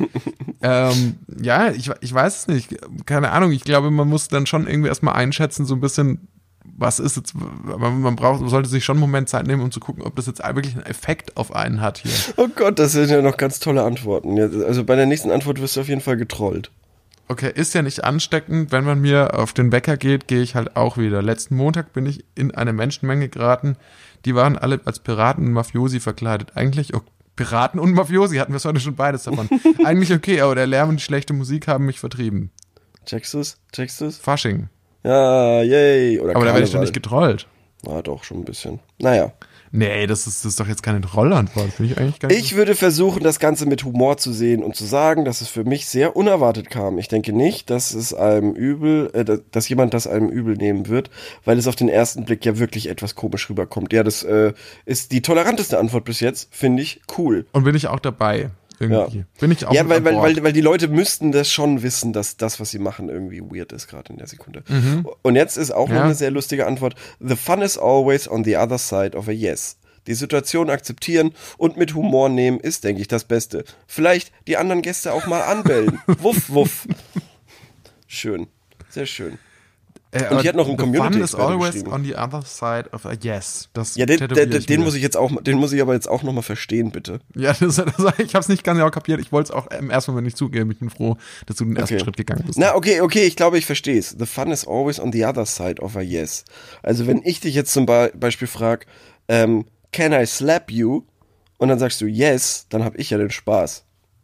ähm, ja, ich, ich weiß es nicht. Keine Ahnung, ich glaube, man muss dann schon irgendwie erstmal einschätzen, so ein bisschen, was ist jetzt, man braucht, man sollte sich schon einen Moment Zeit nehmen, um zu gucken, ob das jetzt wirklich einen Effekt auf einen hat hier. Oh Gott, das sind ja noch ganz tolle Antworten. Also bei der nächsten Antwort wirst du auf jeden Fall getrollt. Okay, ist ja nicht ansteckend. Wenn man mir auf den Wecker geht, gehe ich halt auch wieder. Letzten Montag bin ich in eine Menschenmenge geraten. Die waren alle als Piraten und Mafiosi verkleidet. Eigentlich, oh, Piraten und Mafiosi hatten wir es heute schon beides davon. Eigentlich okay, aber der Lärm und die schlechte Musik haben mich vertrieben. Checkst du's? Checkst du's? Fasching. Ja, yay. Oder aber da werde ich doch nicht getrollt. Na doch, schon ein bisschen. Naja. Nee, das ist, das ist doch jetzt keine Trollantwort, finde ich eigentlich gar nicht. Ich würde versuchen, das Ganze mit Humor zu sehen und zu sagen, dass es für mich sehr unerwartet kam. Ich denke nicht, dass es einem übel, äh, dass jemand das einem übel nehmen wird, weil es auf den ersten Blick ja wirklich etwas komisch rüberkommt. Ja, das äh, ist die toleranteste Antwort bis jetzt, finde ich cool. Und bin ich auch dabei. irgendwie. Ja. Bin ich auch Ja, mit weil, an weil, Bord. weil, weil die Leute müssten das schon wissen, dass das, was sie machen, irgendwie weird ist, gerade in der Sekunde. Mhm. Und jetzt ist auch noch Ja. eine sehr lustige Antwort. The fun is always on the other side of a yes. Die Situation akzeptieren und mit Humor nehmen ist, denke ich, das Beste. Vielleicht die anderen Gäste auch mal anbellen. Wuff, wuff. Schön. Sehr schön. Äh, Und ich hatte noch einen the fun Community is always geschrieben. on the other side of a yes. Das Ja, den, tätowiere den, ich den mir. muss ich jetzt auch, den muss ich aber jetzt auch nochmal verstehen, bitte. Ja, das, das, ich habe es nicht ganz genau kapiert. Ich wollte es auch im ersten Moment nicht zugeben. Ich bin froh, dass du den ersten Okay. Schritt gegangen bist. Na, okay, okay, ich glaube, ich verstehe es. The fun is always on the other side of a yes. Also wenn ich dich jetzt zum Be- Beispiel frage, ähm, can I slap you? Und dann sagst du yes, dann habe ich ja den Spaß.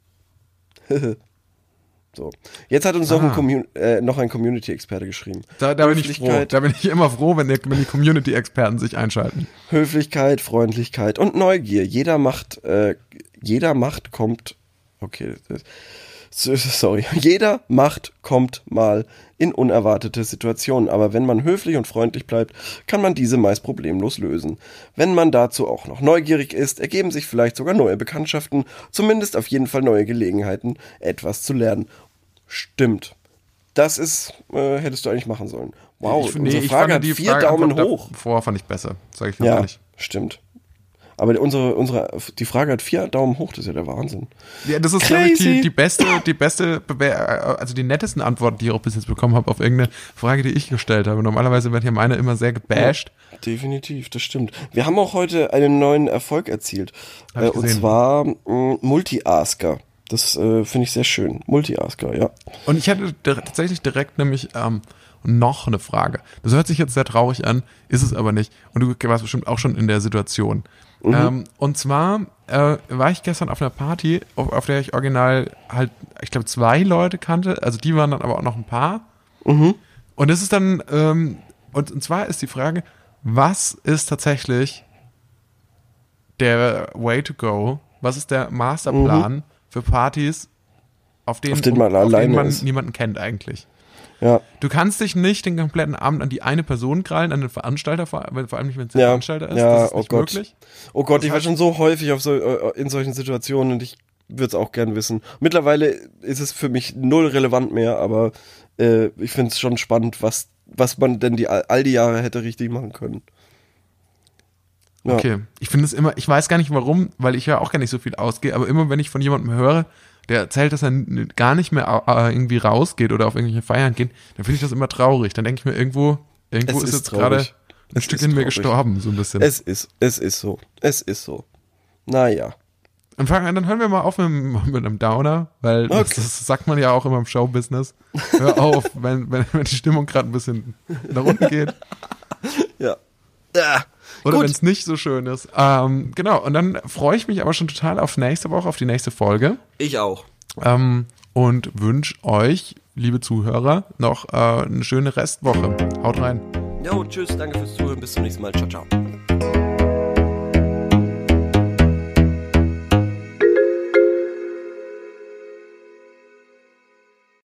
So. Jetzt hat uns noch ein, Ah. Commun- äh, noch ein Community-Experte geschrieben. Da, da bin ich froh. Höflichkeit, Da bin ich immer froh, wenn, der, wenn die Community-Experten sich einschalten. Höflichkeit, Freundlichkeit und Neugier. Jeder macht, äh, jeder Macht kommt, okay, das, sorry, jeder Macht kommt mal in unerwartete Situationen, aber wenn man höflich und freundlich bleibt, kann man diese meist problemlos lösen. Wenn man dazu auch noch neugierig ist, ergeben sich vielleicht sogar neue Bekanntschaften, zumindest auf jeden Fall neue Gelegenheiten, etwas zu lernen. Stimmt. Das ist, äh, hättest du eigentlich machen sollen. Wow, ich, unsere ich Frage fand hat die vier Frage Daumen Antwort hoch. Davor fand ich besser, sage ich ganz Ja, ehrlich. stimmt. Aber unsere, unsere, die Frage hat vier Daumen hoch, das ist ja der Wahnsinn. Ja, das ist, glaube ich, Crazy. die, die beste, die beste, Bewer- also die nettesten Antworten, die ich auch bis jetzt bekommen habe auf irgendeine Frage, die ich gestellt habe. Normalerweise werden ja meine immer sehr gebasht. Ja, definitiv, das stimmt. Wir haben auch heute einen neuen Erfolg erzielt. Hab Äh, ich und gesehen. zwar mh, Multi-Asker. Das äh, finde ich sehr schön. Multi-Asker, ja. Und ich hatte dir- tatsächlich direkt nämlich ähm, noch eine Frage. Das hört sich jetzt sehr traurig an, ist es aber nicht. Und du warst bestimmt auch schon in der Situation. Mhm. Ähm, und zwar äh, war ich gestern auf einer Party, auf, auf der ich original halt, ich glaube, zwei Leute kannte. Also die waren dann aber auch noch ein paar. Mhm. Und es ist dann, ähm, und, und zwar ist die Frage, was ist tatsächlich der Way to go? Was ist der Masterplan für Partys, auf denen, Auf denen man auf alleine denen man ist. niemanden kennt eigentlich? Ja, Du kannst dich nicht den kompletten Abend an die eine Person krallen, an den Veranstalter, vor, vor allem nicht, wenn es der Ja, Veranstalter ist. ja, das ist oh nicht Gott. möglich. oh Gott, Das ich war heißt- schon so häufig auf so, äh, in solchen Situationen und ich würde es auch gern wissen. Mittlerweile ist es für mich null relevant mehr, aber äh, ich finde es schon spannend, was, was man denn die, all die Jahre hätte richtig machen können. Ja. Okay, ich finde es immer, ich weiß gar nicht warum, weil ich ja auch gar nicht so viel ausgehe, aber immer wenn ich von jemandem höre, der erzählt, dass er n- gar nicht mehr äh, irgendwie rausgeht oder auf irgendwelche Feiern geht, dann finde ich das immer traurig. Dann denke ich mir, irgendwo, irgendwo Es ist ist jetzt gerade traurig. ein Es Stück ist in mir traurig. gestorben, so ein bisschen. Es ist, es ist so. Es ist so. Naja. Und fangen an, dann hören wir mal auf mit, mit einem Downer, weil das, Okay. das sagt man ja auch immer im Showbusiness. Hör auf, wenn, wenn, wenn die Stimmung gerade ein bisschen nach unten geht. Ja. Ja. Oder Gut. wenn es nicht so schön ist. Ähm, genau, und dann freue ich mich aber schon total auf nächste Woche, auf die nächste Folge. Ich auch. Ähm, und wünsche euch, liebe Zuhörer, noch äh, eine schöne Restwoche. Haut rein. Jo, tschüss, danke fürs Zuhören. Bis zum nächsten Mal. Ciao, ciao.